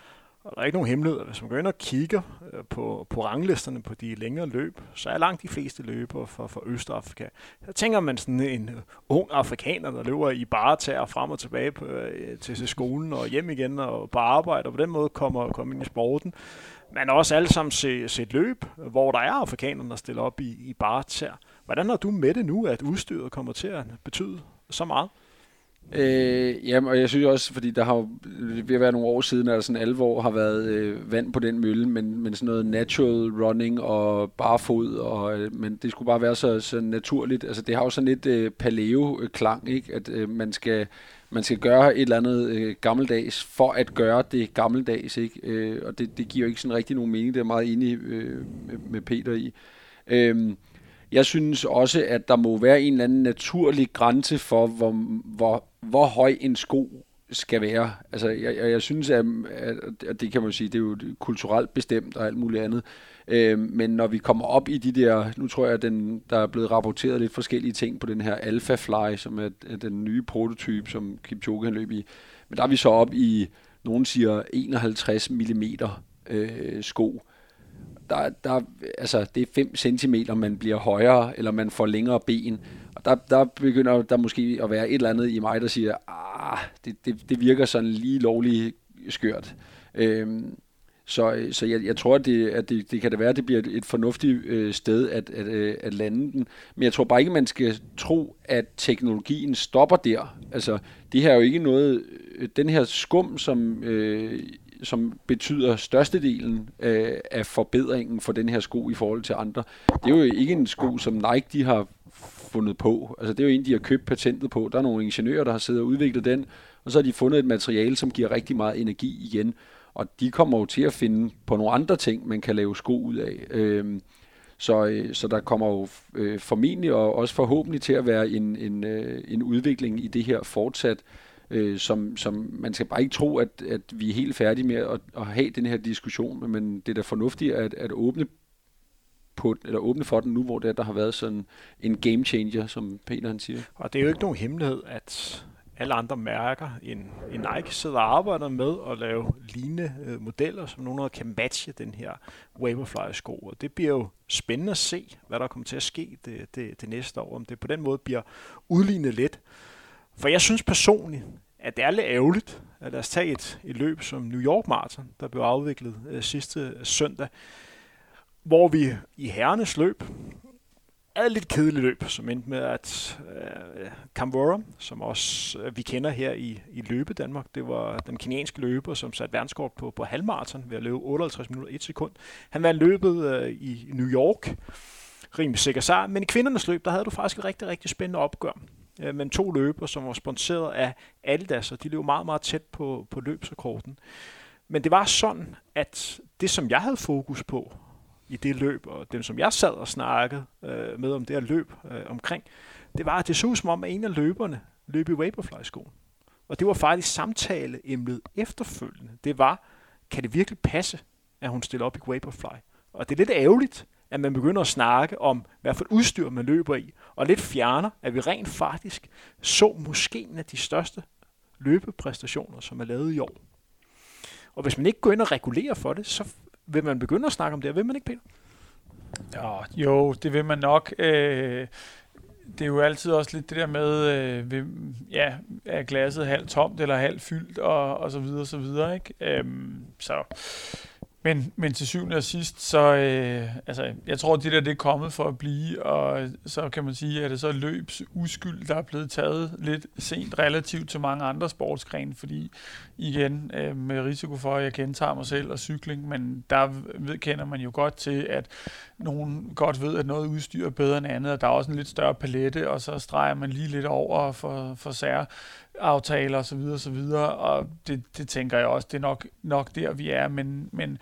A: Og der er ikke nogen hemmeligheder. Hvis man går ind og kigger på ranglisterne på de længere løb, så er langt de fleste løbere fra Østafrika. Der tænker man sådan en ung afrikaner, der løber i baretager frem og tilbage til skolen og hjem igen og på arbejde, og på den måde kommer ind i sporten. Man har også alle sammen set løb, hvor der er afrikanere, der stiller op i baretager. Hvordan har du med det nu, at udstyret kommer til at betyde så meget?
B: Jamen, og jeg synes også, fordi der har jo ved at være nogle år siden, at der sådan alvor har været vand på den mølle, men sådan noget natural running og barefod, men det skulle bare være så naturligt. Altså det har jo sådan lidt paleo-klang, ikke? At man skal gøre et eller andet gammeldags for at gøre det gammeldags, ikke? Og det giver jo ikke sådan rigtig nogen mening. Det er meget enig med Peter i. Jeg synes også, at der må være en eller anden naturlig grænse for, hvor høj en sko skal være. Altså, jeg synes, at det kan man sige, det er jo kulturelt bestemt og alt muligt andet. Men når vi kommer op i de der, nu tror jeg, der er blevet rapporteret lidt forskellige ting på den her Alpha Fly, som er den nye prototype, som Kipchoge han løb i. Men der er vi så op i, nogen siger 51 mm sko. Altså, det er 5 centimeter, man bliver højere, eller man får længere ben. Og der begynder der måske at være et eller andet i mig, der siger, det virker sådan lige lovligt skørt. Så jeg tror, at det kan da være, at det bliver et fornuftigt sted at lande den. Men jeg tror bare ikke, man skal tro, at teknologien stopper der. Altså, det her er jo ikke noget, den her skum, som betyder størstedelen af forbedringen for den her sko i forhold til andre. Det er jo ikke en sko, som Nike de har fundet på. Altså det er jo en, de har købt patentet på. Der er nogle ingeniører, der har siddet og udviklet den, og så har de fundet et materiale, som giver rigtig meget energi igen. Og de kommer jo til at finde på nogle andre ting, man kan lave sko ud af. Så der kommer jo formentlig og også forhåbentlig til at være en udvikling i det her fortsat, som man skal bare ikke tro, at vi er helt færdige med at have den her diskussion, men det er da fornuftigt at åbne for den nu, hvor der har været sådan en game changer, som Peter han siger. Og
A: det er jo ikke nogen hemmelighed, at alle andre mærker end Nike sidder og arbejder med at lave lignende modeller, som nogen kan matche den her Vaporfly-sko. Og det bliver jo spændende at se, hvad der kommer til at ske det næste år, om det på den måde bliver udlignet lidt. For jeg synes personligt, at det er lidt ærgerligt, at lad os tage et løb som New York Marathon, der blev afviklet sidste søndag, hvor vi i herrenes løb er et lidt kedeligt løb, som endte med, at Kamvora, som også vi kender her i løbe Danmark, det var den kenyanske løber, som satte verdenskort på halvmarathon ved at løbe 58 minutter 1 sekund. Han vandt løbet i New York, rimelig sikker sejr, men i kvindernes løb, der havde du faktisk et rigtig, rigtig spændende opgør. Men 2 løber, som var sponsoreret af Adidas, og de løb meget, meget tæt på løbsrekorden. Men det var sådan, at det, som jeg havde fokus på i det løb, og dem, som jeg sad og snakkede med om det her løb omkring, det var, at det så ud som om, at en af løberne løb i Vaporfly-skoen. Og det var faktisk samtaleemnet efterfølgende. Det var, kan det virkelig passe, at hun stiller op i Vaporfly? Og det er lidt ærgerligt, at man begynder at snakke om, hvad for et udstyr man løber i, og lidt fjerner, at vi rent faktisk så måske en af de største løbepræstationer, som er lavet i år. Og hvis man ikke går ind og regulerer for det, så vil man begynde at snakke om det, og vil man ikke, Peter?
C: Ja, jo, det vil man nok. Det er jo altid også lidt det der med, er glasset halvt tomt eller halvt fyldt, og så videre, så videre, ikke? Men til syvende og sidst, så jeg tror, det er kommet for at blive, og så kan man sige, at det så løbs uskyld, der er blevet taget lidt sent relativt til mange andre sportsgrene, fordi igen, med risiko for, at jeg gentager mig selv og cykling, men der kender man jo godt til, at nogen godt ved, at noget udstyr er bedre end andet, og der er også en lidt større palette, og så streger man lige lidt over for særaftaler og så videre, og det tænker jeg også, det er nok der, vi er, men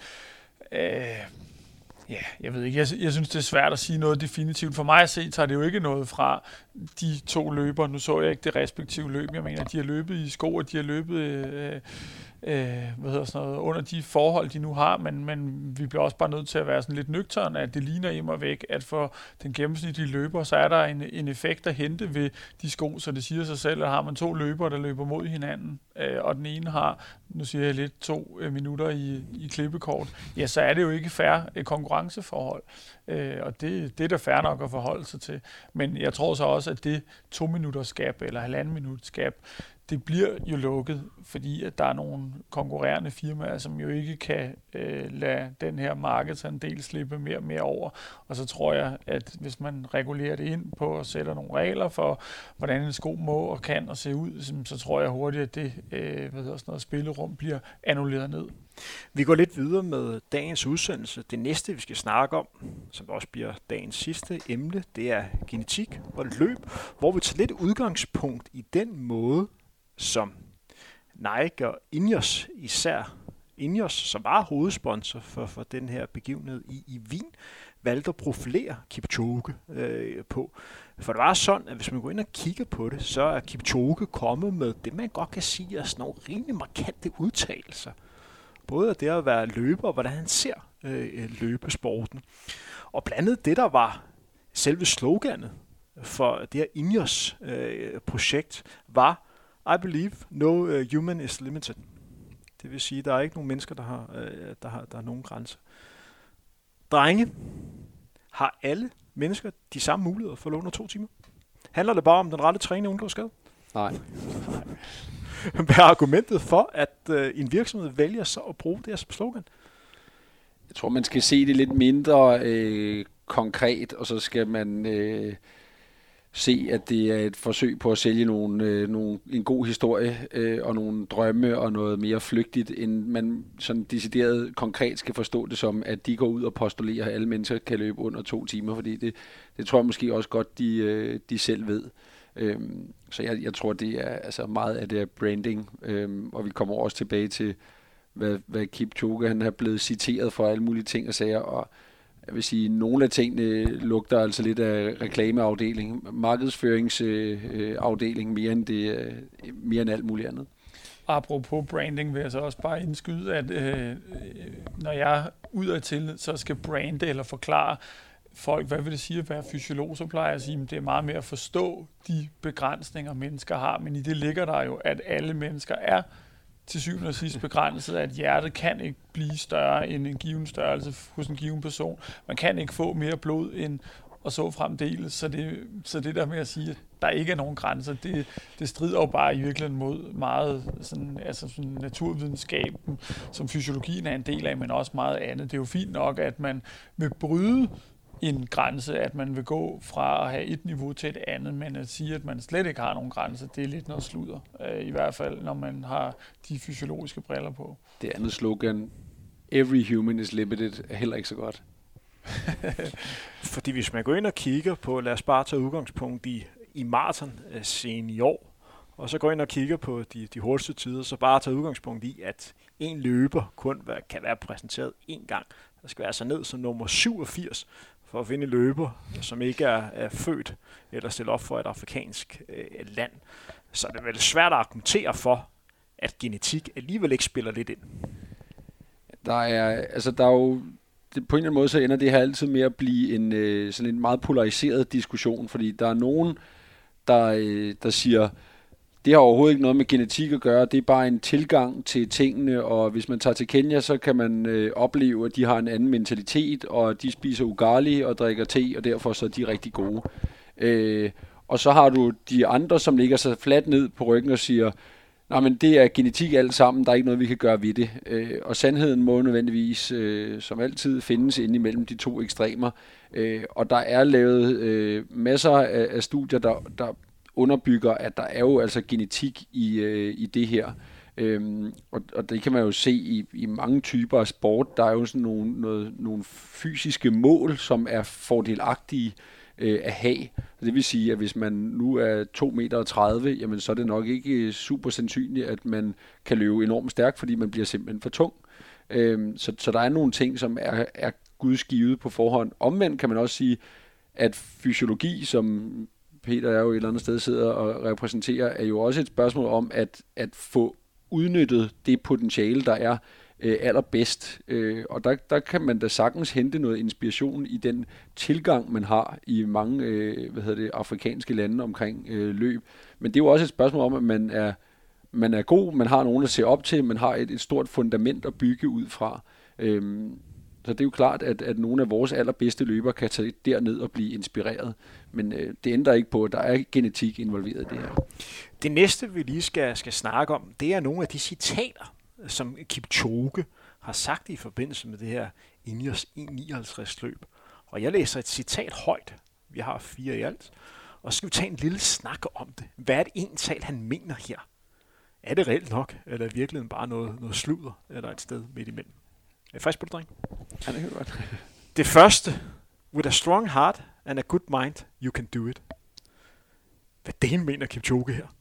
C: jeg ved ikke, jeg synes, det er svært at sige noget definitivt. For mig at se, tager det jo ikke noget fra de 2 løber. Nu så jeg ikke det respektive løb. Jeg mener, de har løbet i sko, og de har løbet under de forhold, de nu har, men vi bliver også bare nødt til at være sådan lidt nøgterne, at det ligner immer væk, at for den gennemsnitlige løber, så er der en effekt at hente ved de sko, så det siger sig selv, at har man 2 løbere, der løber mod hinanden, og den ene har, nu siger jeg lidt, 2 minutter i klippekort, ja, så er det jo ikke fair konkurrenceforhold. Og det er da fair nok at forholde sig til. Men jeg tror så også, at det 2 minutters gap eller 1,5 minutters gap, det bliver jo lukket, fordi at der er nogle konkurrerende firmaer, som jo ikke kan lade den her markedsandel slippe mere og mere over. Og så tror jeg, at hvis man regulerer det ind på og sætter nogle regler for, hvordan en sko må og kan og se ud, så tror jeg hurtigt, at det sådan noget spillerum bliver annulleret ned.
A: Vi går lidt videre med dagens udsendelse. Det næste, vi skal snakke om, som også bliver dagens sidste emne, det er genetik og løb, hvor vi tager lidt udgangspunkt i den måde, som Nike og Ineos, især Ineos, som var hovedsponsor for den her begivenhed i Wien, valgte at profilere Kipchoge på. For det var sådan, at hvis man går ind og kigger på det, så er Kipchoge kommet med det, man godt kan sige, er sådan nogle rimelig markante udtalelser. Både af det at være løber, og hvordan han ser løbesporten. Og blandt andet det, der var selve sloganet for det her Ineos projekt, var I believe no human is limited. Det vil sige, at der er ikke nogen mennesker, der har nogen grænser. Drenge, har alle mennesker de samme muligheder for at låne 2 timer? Handler det bare om den rette træning, uden at skade?
B: Nej.
A: Hvad er argumentet for, at en virksomhed vælger så at bruge det her som slogan?
B: Jeg tror, man skal se det lidt mindre konkret, og så skal man se, at det er et forsøg på at sælge en god historie og nogle drømme og noget mere flygtigt, end man sådan decideret konkret skal forstå det som, at de går ud og postulerer, at alle mennesker kan løbe under 2 timer, fordi det tror jeg måske også godt, de selv ved. Så jeg tror, det er altså meget af det er branding, og vi kommer også tilbage til, hvad Kipchoge han er blevet citeret for alle mulige ting og sager, og jeg vil sige, at nogle af tingene lugter altså lidt af reklameafdeling, markedsføringsafdeling, mere end alt muligt andet.
C: Apropos branding vil jeg så også bare indskyde, at når jeg udadtil så skal brande eller forklare folk, hvad vil det sige at være fysiolog, så plejer jeg at sige, at det er meget mere at forstå de begrænsninger, mennesker har, men i det ligger der jo, at alle mennesker er til syvende og sidst begrænset, at hjertet kan ikke blive større end en given størrelse hos en given person. Man kan ikke få mere blod end og så fremdeles. Så det der med at sige, at der ikke er nogen grænser, det strider jo bare i virkeligheden mod meget sådan naturvidenskaben, som fysiologien er en del af, men også meget andet. Det er jo fint nok, at man vil bryde en grænse, at man vil gå fra at have et niveau til et andet, men at sige, at man slet ikke har nogen grænse, det er lidt noget sludder. I hvert fald, når man har de fysiologiske briller på.
B: Det andet slogan, every human is limited, er heller ikke så godt.
A: Fordi hvis man går ind og kigger på, lad os bare tage udgangspunkt i maraton-scenen i år, og så går ind og kigger på de hurtigste tider, så bare tage udgangspunkt i, at en løber kun kan være præsenteret én gang. Der skal være så ned som nummer 87, for at finde en løber, som ikke er født eller stillet op for et afrikansk land. Så det er vel svært at argumentere for, at genetik alligevel ikke spiller lidt ind.
B: Der er jo på en eller anden måde, så ender det her altid med at blive sådan en meget polariseret diskussion, fordi der er nogen, der siger, det har overhovedet ikke noget med genetik at gøre, det er bare en tilgang til tingene, og hvis man tager til Kenya, så kan man opleve, at de har en anden mentalitet, og de spiser ugali og drikker te, og derfor så er de rigtig gode. Og så har du de andre, som ligger så fladt ned på ryggen og siger, nej, men det er genetik alt sammen, der er ikke noget, vi kan gøre ved det. Og sandheden må nødvendigvis, som altid, findes inde imellem de to ekstremer. Og der er lavet masser af studier, der underbygger, at der er jo altså genetik i det her. Og det kan man jo se i mange typer af sport. Der er jo sådan nogle fysiske mål, som er fordelagtige at have. Det vil sige, at hvis man nu er 2,30 meter, jamen så er det nok ikke super sandsynligt, at man kan løbe enormt stærkt, fordi man bliver simpelthen for tung. Så der er nogle ting, som er gudsgivet på forhånd. Omvendt kan man også sige, at fysiologi, som Peter er jo et eller andet sted sidder og repræsenterer, er jo også et spørgsmål om at få udnyttet det potentiale, der er allerbedst. Og der kan man da sagtens hente noget inspiration i den tilgang, man har i mange afrikanske lande omkring løb. Men det er jo også et spørgsmål om, at man er man er god, man har nogen at se op til, man har et stort fundament at bygge ud fra. Så det er jo klart, at nogle af vores allerbedste løbere kan tage derned og blive inspireret. Men det ændrer ikke på, at der er genetik involveret i det her.
A: Det næste, vi lige skal snakke om, det er nogle af de citater, som Kipchoge har sagt i forbindelse med det her Ineos 1.59 løb. Og jeg læser et citat højt. Vi har 4 i alt. Og så skal vi tage en lille snak om det. Hvad er det egentlig, han mener her? Er det reelt nok, eller er det virkelig bare noget sludder, eller et sted midt imellem? Er I frisk på det, dreng?
B: Ja, det kan godt.
A: Det første. With a strong heart and a good mind, you can do it. Hvad det mener Kipchoge her?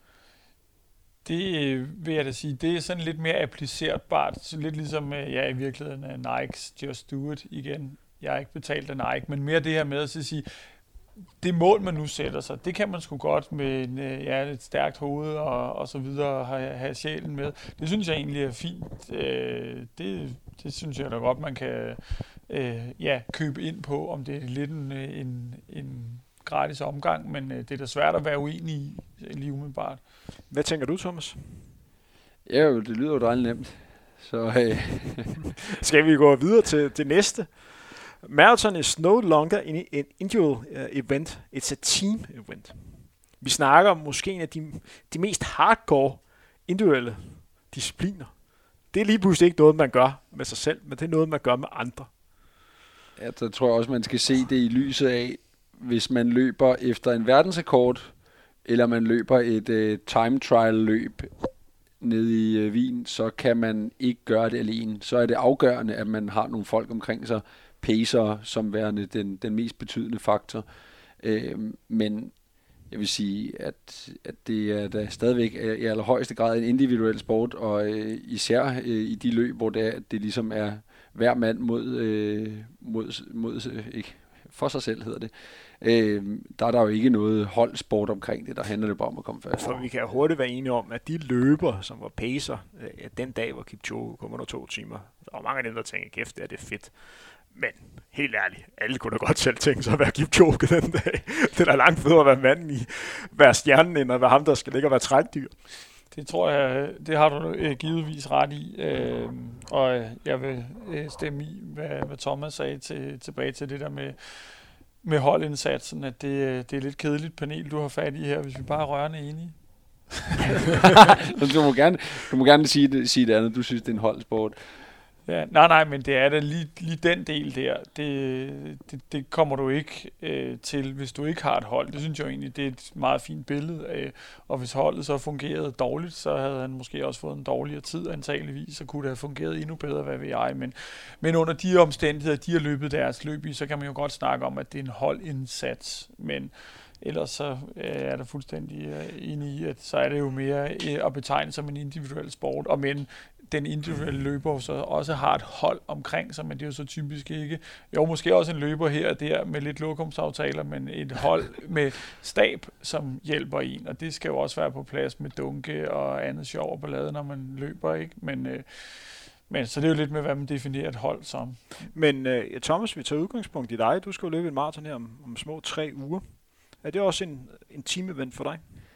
C: Det vil jeg da sige, det er sådan lidt mere applicerbart. Så lidt ligesom, i virkeligheden Nikes Just Do It igen. Jeg er ikke betalt af Nike, men mere det her med at sige, det mål, man nu sætter sig, det kan man sgu godt med et stærkt hoved og så videre have sjælen med. Det synes jeg egentlig er fint. Det synes jeg da godt, man kan købe ind på, om det er lidt en gratis omgang, men det er da svært at være uenig i lige umiddelbart.
A: Hvad tænker du, Thomas?
B: Ja, det lyder jo dejligt nemt. Så
A: skal vi gå videre til det næste? Marathon is no longer an individual event, it's a team event. Vi snakker om måske en af de mest hardcore individuelle discipliner. Det er lige pludselig ikke noget, man gør med sig selv, men det er noget, man gør med andre.
B: Ja, så tror jeg også, man skal se det i lyset af, hvis man løber efter en verdensrekord, eller man løber et time trial løb nede i Wien, så kan man ikke gøre det alene. Så er det afgørende, at man har nogle folk omkring sig, pacer som værende den mest betydende faktor. Men jeg vil sige, at det er da stadigvæk i allerhøjeste grad en individuel sport, og især i de løb, hvor det ligesom er hver mand mod ikke, for sig selv, hedder det. Der er der jo ikke noget holdsport omkring det, der handler det bare om at komme fast.
A: For vi kan hurtigt være enige om, at de løber, som var pacer, den dag, hvor Kipchoge kom under 2 timer, der var mange af dem, der tænkte, kæft, det er fedt. Men helt ærligt, alle kunne da godt selv tænke sig at være Kipchoge den dag. Det er da langt federe at være manden i hver stjernen, end at være ham, der skal ligge og være trækdyr.
C: Det tror jeg, det har du givetvis ret i. Og jeg vil stemme i, hvad Thomas sagde tilbage til det der med holdindsatsen, at det er lidt kedeligt panel, du har fat i her, hvis vi bare er rørende enige.
B: du må gerne sige det andet, du synes, det er en holdsport.
C: Ja, nej, men det er da lige den del der. Det kommer du ikke til, hvis du ikke har et hold. Det synes jeg egentlig, det er et meget fint billede af. Og hvis holdet så fungerede dårligt, så havde han måske også fået en dårligere tid antageligvis, så kunne det have fungeret endnu bedre, hvad ved jeg. Men under de omstændigheder, de har løbet deres løb i, så kan man jo godt snakke om, at det er en holdindsats. Men ellers så er der fuldstændig enig i, at så er det jo mere at betegne som en individuel sport, og men den individuelle løber så også har et hold omkring sig, men det er jo så typisk ikke. Jo, måske også en løber her og der med lidt lokumsaftaler, men et hold med stab, som hjælper en, og det skal jo også være på plads med dunke og andet sjov og ballade, når man løber, ikke? Men så det er jo lidt med, hvad man definerer et hold som.
A: Men Thomas, vi tager udgangspunkt i dig. Du skal jo løbe en maraton her om små 3 uger. Er det også en team-event for dig?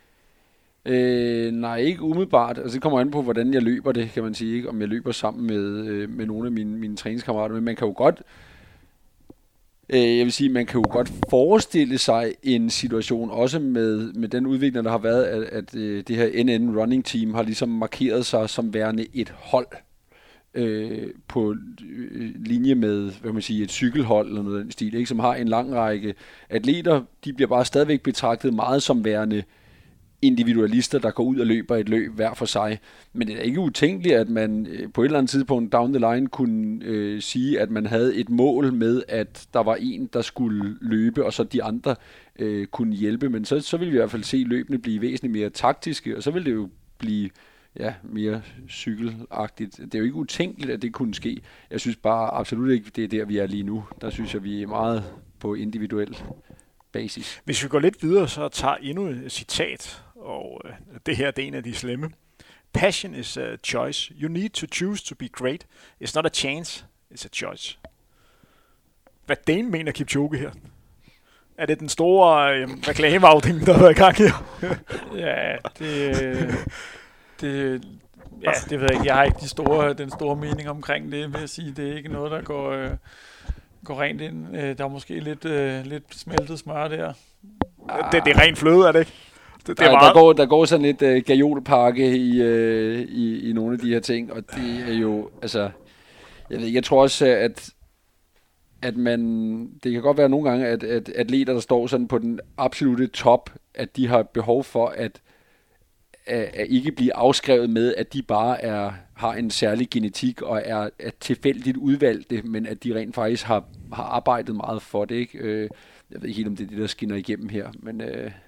B: Nej, ikke umiddelbart. Altså, det kommer an på, hvordan jeg løber det, kan man sige. Ikke? Om jeg løber sammen med nogle af mine træningskammerater. Men man kan jo godt, jeg vil sige, man kan jo godt forestille sig en situation, også med den udvikling, der har været, at det her NN Running Team har ligesom markeret sig som værende et hold. På linje med, hvad man siger, et cykelhold eller noget af den stil, ikke? Som har en lang række atleter. De bliver bare stadigvæk betragtet meget som værende individualister, der går ud og løber et løb hver for sig. Men det er ikke utænkeligt, at man på et eller andet tidspunkt down the line kunne sige, at man havde et mål med, at der var en, der skulle løbe, og så de andre kunne hjælpe. Men så ville vi i hvert fald se løbene blive væsentligt mere taktiske, og så ville det jo blive mere cykelagtigt. Det er jo ikke utænkeligt, at det kunne ske. Jeg synes bare absolut ikke, det er der, vi er lige nu. Der synes jeg, vi er meget på individuel basis.
A: Hvis vi går lidt videre, så tager endnu et citat, og det her det er en af de slemme. Passion is a choice. You need to choose to be great. It's not a chance, it's a choice. Hvad den mener Kipchoge her? Er det den store reklameafdeling, der har været i gang her?
C: Ja, Det ved jeg ikke. Jeg har ikke den store mening omkring det, vil jeg sige. Det er ikke noget, der går rent ind. Der er måske lidt smeltet smør der.
A: Det er rent fløde, er det ikke?
B: Der går sådan lidt gajolpakke i nogle af de her ting, og det er jo, altså, jeg tror også, at man, det kan godt være nogle gange, at atleter, der står sådan på den absolute top, at de har behov for at ikke blive afskrevet med, at de bare har en særlig genetik og er tilfældigt udvalgte, men at de rent faktisk har arbejdet meget for det, ikke? Jeg ved ikke helt, om det er det, der skinner igennem her, men...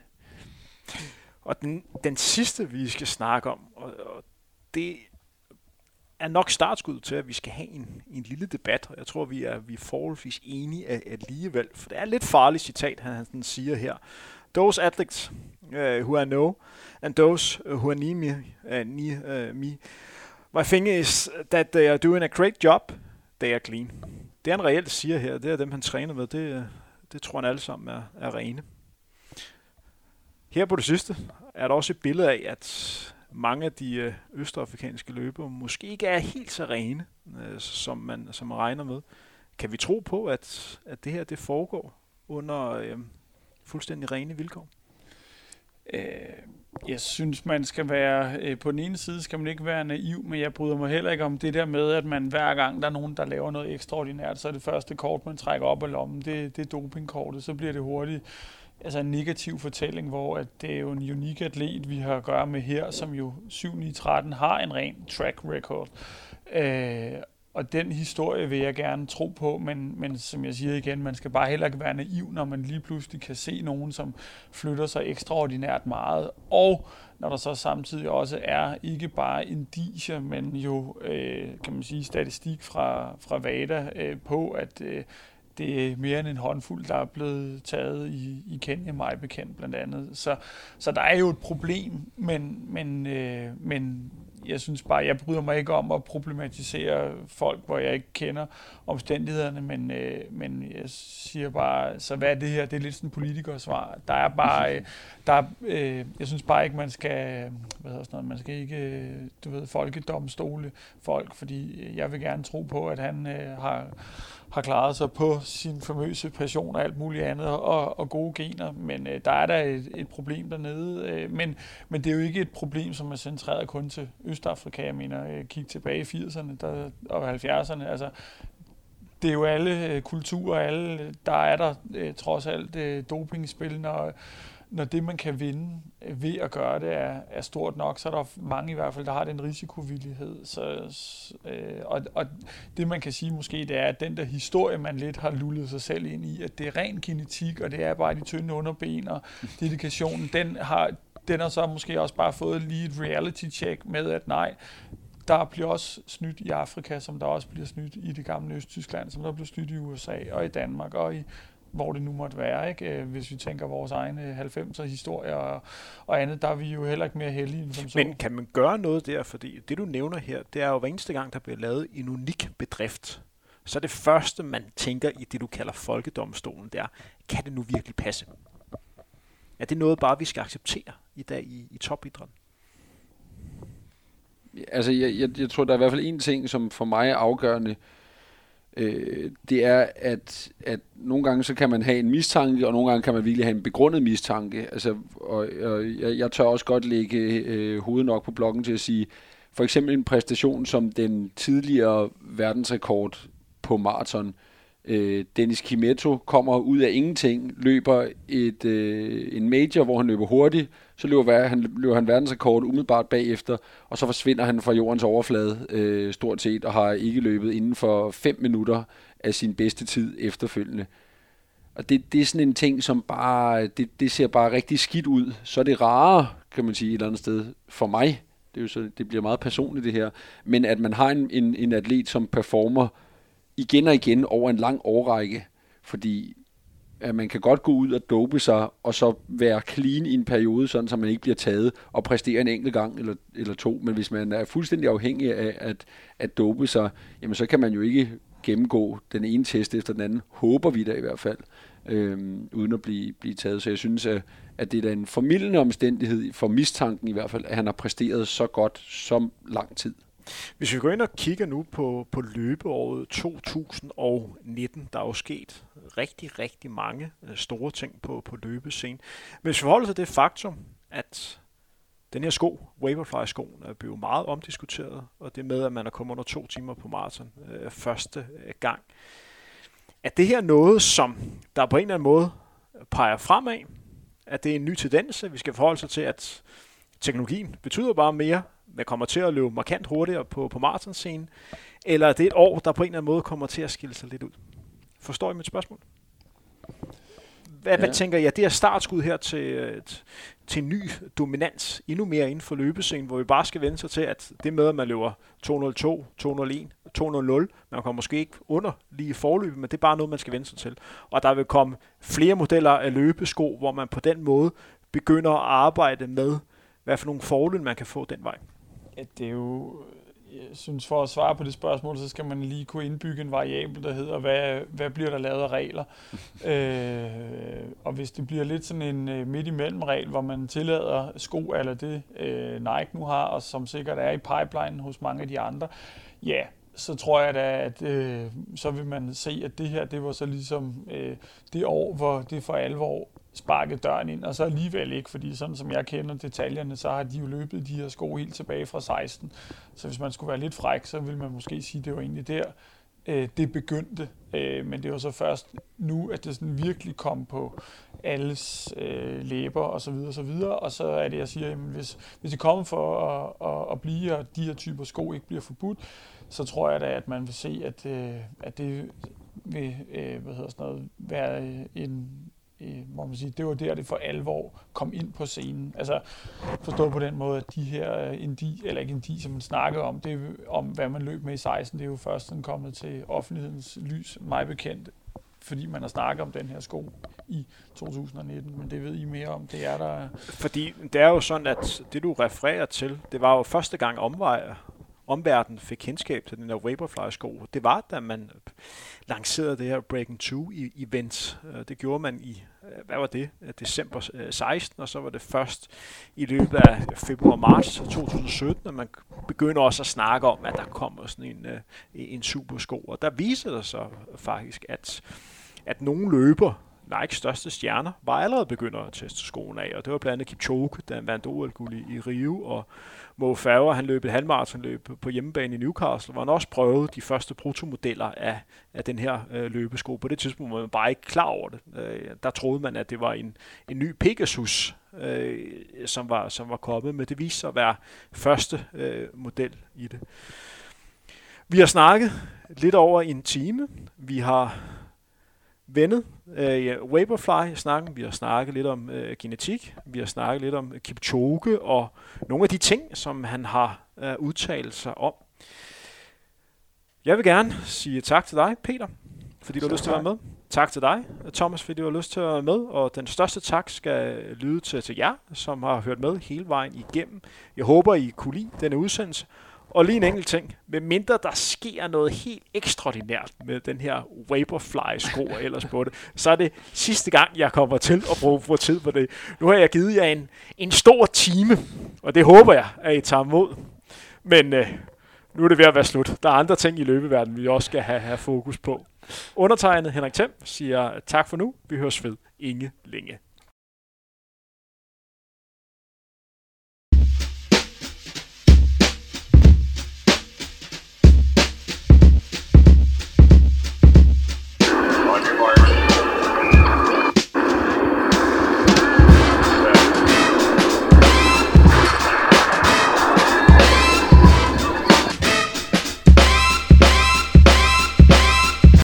A: Og den sidste, vi skal snakke om, og det er nok startskud til, at vi skal have en lille debat, og jeg tror, vi er forholdsvis enige alligevel, for det er et lidt farligt citat, han siger her. Those athletes who I know, and those who are near me, my thing is that they are doing a great job, they are clean. Det han reelt siger her, det er dem, han træner med, det tror han alle sammen er rene. Her på det sidste er der også et billede af, at mange af de østafrikanske løbere måske ikke er helt så rene, som man regner med. Kan vi tro på, at det her det foregår under fuldstændig rene vilkår?
C: Jeg synes, man skal være... På den ene side skal man ikke være naiv, men jeg bryder mig heller ikke om det der med, at man hver gang der er nogen, der laver noget ekstraordinært, så er det første kort, man trækker op af lommen, det er dopingkortet. Så bliver det hurtigt en negativ fortælling, hvor at det er jo en unik atlet, vi har at gøre med her, som jo 7-9-13 har en ren track record. Og den historie vil jeg gerne tro på, men som jeg siger igen, man skal bare heller ikke være naiv, når man lige pludselig kan se nogen, som flytter sig ekstraordinært meget. Og når der så samtidig også er ikke bare indicier, men jo, kan man sige, statistik fra VADA på, at det er mere end en håndfuld, der er blevet taget i Kenya, mig bekendt blandt andet. Så der er jo et problem, men jeg synes bare, jeg bryder mig ikke om at problematisere folk, hvor jeg ikke kender omstændighederne, men jeg siger bare, så hvad er det her? Det er lidt sådan en politikersvar. Der er bare, jeg synes bare ikke, man skal, man skal ikke, folkedomstole folk, fordi jeg vil gerne tro på, at han har klaret sig på sin famøse passion og alt muligt andet, og gode gener, men der er der et problem dernede, men det er jo ikke et problem, som er centreret kun til Østafrika. Jeg mener, kig tilbage i 80'erne og 70'erne, altså det er jo alle kulturer, der er der trods alt dopingspil, når det, man kan vinde ved at gøre det, er stort nok, så er der mange i hvert fald, der har den risikovillighed. Og det, man kan sige måske, det er, at den der historie, man lidt har lullet sig selv ind i, at det er ren genetik, og det er bare de tynde underben og dedikationen, den har så måske også bare fået lige et reality check med, at nej, der bliver også snydt i Afrika, som der også bliver snydt i det gamle Østtyskland, som der bliver snydt i USA og i Danmark og i hvor det nu måtte være, ikke? Hvis vi tænker vores egne 90'er historier og andet, der er vi jo heller ikke mere heldige end som så.
A: Men kan man gøre noget der? Fordi det, du nævner her, det er jo hver eneste gang, der bliver lavet en unik bedrift. Så det første, man tænker i det, du kalder folkedomstolen, det er, kan det nu virkelig passe? Er det noget bare, vi skal acceptere i dag i topidrætten?
B: Altså, jeg tror, der er i hvert fald en ting, som for mig er afgørende. Det er, at nogle gange så kan man have en mistanke, og nogle gange kan man virkelig have en begrundet mistanke. Altså, og jeg tør også godt lægge hovedet nok på blokken til at sige, for eksempel en præstation som den tidligere verdensrekord på maraton. Dennis Kimetto kommer ud af ingenting, løber en major, hvor han løber hurtigt, så løber han verdensrekord umiddelbart bagefter, og så forsvinder han fra jordens overflade stort set, og har ikke løbet inden for 5 minutter af sin bedste tid efterfølgende. Og det er sådan en ting, som bare, det ser bare rigtig skidt ud. Så er det rare, kan man sige et eller andet sted, for mig. Det bliver meget personligt det her. Men at man har en atlet, som performer igen og igen over en lang årrække, fordi at man kan godt gå ud og dope sig, og så være clean i en periode, sådan så man ikke bliver taget og præstere en enkelt gang eller to. Men hvis man er fuldstændig afhængig af at dope sig, jamen så kan man jo ikke gennemgå den ene test efter den anden. Håber vi da i hvert fald. uden at blive taget. Så jeg synes, at det er en formildende omstændighed for mistanken i hvert fald, at han har præsteret så godt som lang tid.
A: Hvis vi går ind og kigger nu på løbeåret 2019, der er jo sket rigtig, rigtig mange store ting på løbescenen. Men hvis vi holder til det faktum, at den her sko, Vaporfly-skoen, er blevet meget omdiskuteret, og det med, at man er kommet under 2 timer på maraton første gang. Er det her noget, som der på en eller anden måde peger fremad? At det er en ny tendens, at vi skal forholde sig til, at teknologien betyder bare mere, man kommer til at løbe markant hurtigere på maratonscenen, eller er det et år, der på en eller anden måde kommer til at skille sig lidt ud? Forstår I mit spørgsmål? Hvad tænker jeg? Det er startskud her til en ny dominans, endnu mere inden for løbescenen, hvor vi bare skal vende sig til, at det med, at man løber 202, 201, 200, man kommer måske ikke under lige i forløbet, men det er bare noget, man skal vende sig til. Og der vil komme flere modeller af løbesko, hvor man på den måde begynder at arbejde med, hvad for nogle fordele man kan få den vej.
C: Ja, det er jo... Jeg synes, for at svare på det spørgsmål, så skal man lige kunne indbygge en variabel, der hedder, hvad bliver der lavet af regler? Og hvis det bliver lidt sådan en midt imellem regel, hvor man tillader sko eller det Nike nu har, og som sikkert er i pipeline hos mange af de andre, ja, så tror jeg da, at så vil man se, at det her, det var så ligesom det år, hvor det for alvor sparket døren ind, og så alligevel ikke, fordi sådan som jeg kender detaljerne, så har de jo løbet de her sko helt tilbage fra 16. Så hvis man skulle være lidt fræk, så ville man måske sige, at det var egentlig der, det begyndte. Men det var så først nu, at det sådan virkelig kom på alles læber og så videre og så videre. Og så er det, jeg siger, jamen, hvis det kommer for at blive, og de her typer sko ikke bliver forbudt, så tror jeg da, at man vil se, at det vil være en må man sige, det var der, det for alvor kom ind på scenen. Altså forstå på den måde, at de her Indi, som man snakkede om, det er, om hvad man løb med i 16, det er jo først sådan kommet til offentlighedens lys, mig bekendt, fordi man har snakket om den her sko i 2019, men det ved I mere om, det er der... Fordi
A: det er jo sådan, at det du refererer til, det var jo første gang omverdenen fik kendskab til den der Vaporfly-sko. Det var, da man lancerede det her Breaking 2-event. Det gjorde man i, hvad var det? December 16, og så var det først i løbet af februar-marts 2017, at man begynder også at snakke om, at der kommer sådan en supersko. Og der viser det sig faktisk, at nogle løber, Nikes største stjerner, var allerede begyndt at teste skoen af, og det var blandt andet Kipchoge, der vandt OL-guld i Rio, og Mo Farah, han løb et halvmaratonløb på hjemmebane i Newcastle, hvor han også prøvede de første protomodeller af den her løbesko. På det tidspunkt var man bare ikke klar over det. Der troede man, at det var en ny Pegasus, som var kommet, men det viste sig at være første model i det. Vi har snakket lidt over en time. Vi har vendet Vaporfly-snakken, vi har snakket lidt om genetik, vi har snakket lidt om Kipchoge og nogle af de ting, som han har udtalt sig om. Jeg vil gerne sige tak til dig, Peter, fordi du har lyst til at være med. Tak til dig, Thomas, fordi du har lyst til at være med, og den største tak skal lyde til jer, som har hørt med hele vejen igennem. Jeg håber, I kunne lide denne udsendelse. Og lige en enkelt ting, med mindre der sker noget helt ekstraordinært med den her Vaporfly-sko og ellers på det, så er det sidste gang, jeg kommer til at bruge tid på det. Nu har jeg givet jer en stor time, og det håber jeg, at I tager imod. Men nu er det ved at være slut. Der er andre ting i løbeverdenen, vi også skal have fokus på. Undertegnet Henrik Them siger tak for nu. Vi høres ved Inge længe.